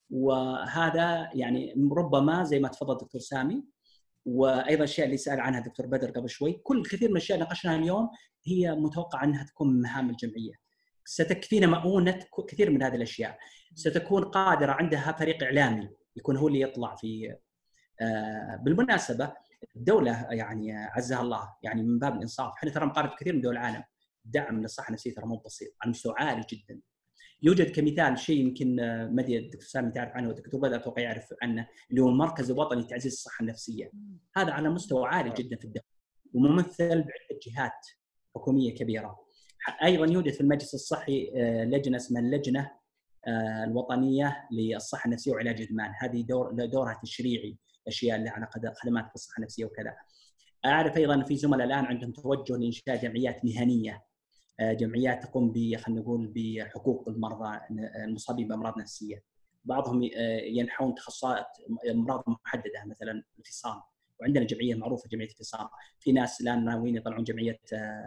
وهذا يعني ربما زي ما تفضل دكتور سامي، وايضا الاشياء اللي سال عنها دكتور بدر قبل شوي، كل كثير من الاشياء اللي ناقشناها اليوم هي متوقع انها تكون من مهام الجمعيه، ستكفينا مؤونه كثير من هذه الاشياء، ستكون قادره عندها فريق اعلامي يكون هو اللي يطلع في آه بالمناسبه الدوله يعني عزها الله يعني من باب الانصاف، احنا ترى مقارنه كثير من دول العالم الدعم للصحه النفسيه ترى مو بسيط، على مستوى عالي جدا. يوجد كمثال شيء يمكن مدي الدكتور سامي تعرف عنه والدكتور بدر اتوقع يعرف عنه، اللي هو المركز الوطني لتعزيز الصحه النفسيه، هذا على مستوى عالي جدا في الدوله وممثل بعده جهات حكوميه كبيره. ايضا يوجد في المجلس الصحي لجنه اسمها اللجنه الوطنيه للصحه النفسيه وعلاج الادمان، هذه دور دورها تشريعي، اشياء اللي على خدمات الصحه النفسيه وكذا. اعرف ايضا في زملاء الان عندهم توجه لانشاء جمعيات مهنيه، جمعيات تقوم ب خلينا نقول بحقوق المرضى المصابين بامراض نفسيه، بعضهم ينحون تخصصات امراض محدده مثلا الفصام، وعندنا جمعيه معروفه جمعيه الفصام، في ناس الان ناويين يطلعون جمعيه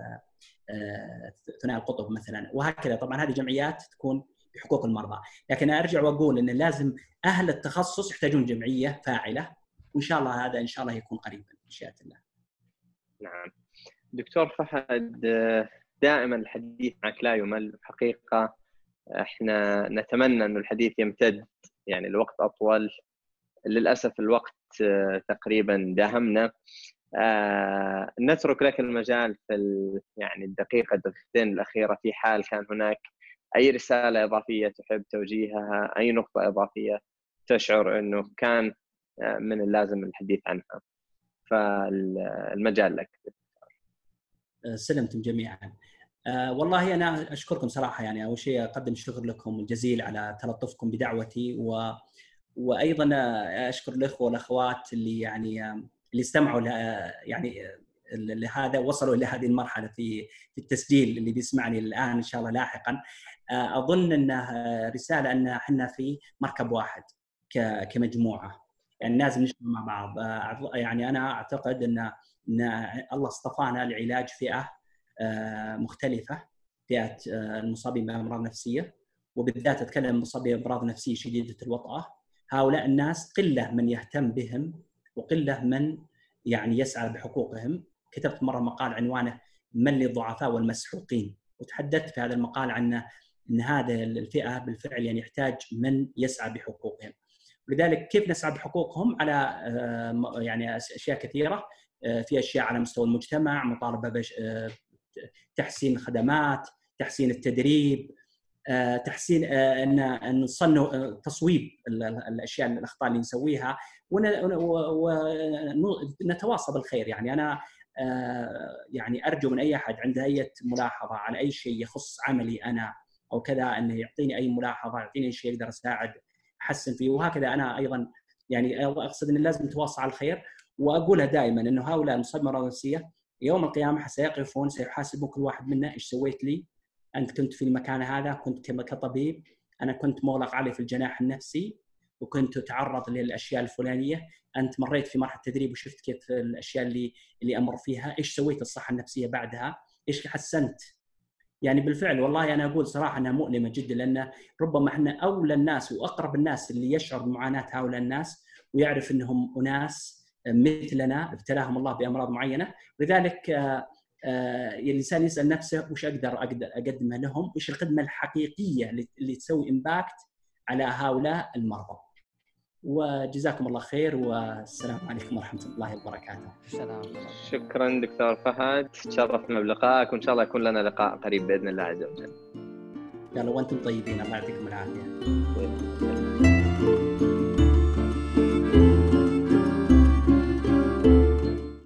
ثنائي القطب مثلا، وهكذا. طبعا هذه جمعيات تكون بحقوق المرضى، لكن ارجع واقول ان لازم اهل التخصص يحتاجون جمعيه فاعله، وان شاء الله هذا ان شاء الله يكون قريبا ان شاء الله. نعم. دكتور فهد، دائما الحديث معك لا يمل حقيقة. احنا نتمنى انه الحديث يمتد يعني الوقت اطول، للاسف الوقت تقريبا داهمنا. آه نترك لك المجال في ال... يعني الدقيقة دقيقتين الأخيرة، في حال كان هناك أي رسالة إضافية تحب توجيهها، أي نقطة إضافية تشعر أنه كان من اللازم الحديث عنها، فالمجال لك. سلمتم جميعا. أه والله أنا أشكركم صراحة، يعني أول شيء أقدم الشكر لكم الجزيل على تلطفكم بدعوتي، و... وأيضا أشكر الأخوة والأخوات اللي يعني اللي استمعوا يعني لهذا، وصلوا إلى هذه المرحلة في في التسجيل، اللي بيسمعني الآن إن شاء الله لاحقا. أظن أنه رسالة أن احنا في مركب واحد كمجموعة، يعني لازم نشتغل مع بعض. يعني أنا أعتقد أن أن الله اصطفانا لعلاج فئة مختلفة، فئة المصابين بأمراض نفسية، وبالذات أتكلم عن مصابين بأمراض نفسية شديدة الوطأة. هؤلاء الناس قلة من يهتم بهم، وقلة من يعني يسعى بحقوقهم. كتبت مرة مقال عنوانه من للضعفاء والمسحوقين، وتحدثت في هذا المقال عن أن هذه الفئة بالفعل يعني يحتاج من يسعى بحقوقهم. ولذلك كيف نسعى بحقوقهم؟ على يعني أشياء كثيرة. في أشياء على مستوى المجتمع، مطالبة بتحسين الخدمات، تحسين التدريب، تحسين ان نصنع تصويب الاشياء الاخطاء اللي نسويها، ونتواصى بالخير. يعني انا يعني ارجو من اي احد عنده اي ملاحظه على اي شيء يخص عملي انا او كذا، انه يعطيني اي ملاحظه، يعطيني اي شيء اقدر اساعد احسن فيه. وهكذا انا ايضا يعني اقصد ان لازم نتواصى على الخير. واقولها دائما انه هؤلاء المصابين بأمراض نفسيه يوم القيامه سيقفون سيحاسبون كل واحد منا ايش سويت لي. أنت كنت في المكان هذا، كنت كطبيب، أنا كنت مغلق علي في الجناح النفسي وكنت أتعرض للأشياء الفلانية، أنت مريت في مرحلة تدريب وشفت كيف الأشياء اللي اللي أمر فيها، إيش سويت الصحة النفسية بعدها، إيش حسنت. يعني بالفعل والله أنا أقول صراحة أنها مؤلمة جدا، لأن ربما إحنا أولى الناس وأقرب الناس اللي يشعر بمعاناة هؤلاء الناس، ويعرف أنهم أناس مثلنا ابتلاهم الله بأمراض معينة. لذلك آه الإنسان يسأل نفسه وش أقدر أقدر أقدمه لهم، وش الخدمة الحقيقية اللي تسوي إمباكت على هؤلاء المرضى. وجزاكم الله خير، والسلام عليكم ورحمة الله وبركاته. السلام. شكرا دكتور فهد، تشرفنا بلقائك، وإن شاء الله يكون لنا لقاء قريب بإذن الله عز وجل. يلا وأنتم طيبين، الله يعطيكم العافية.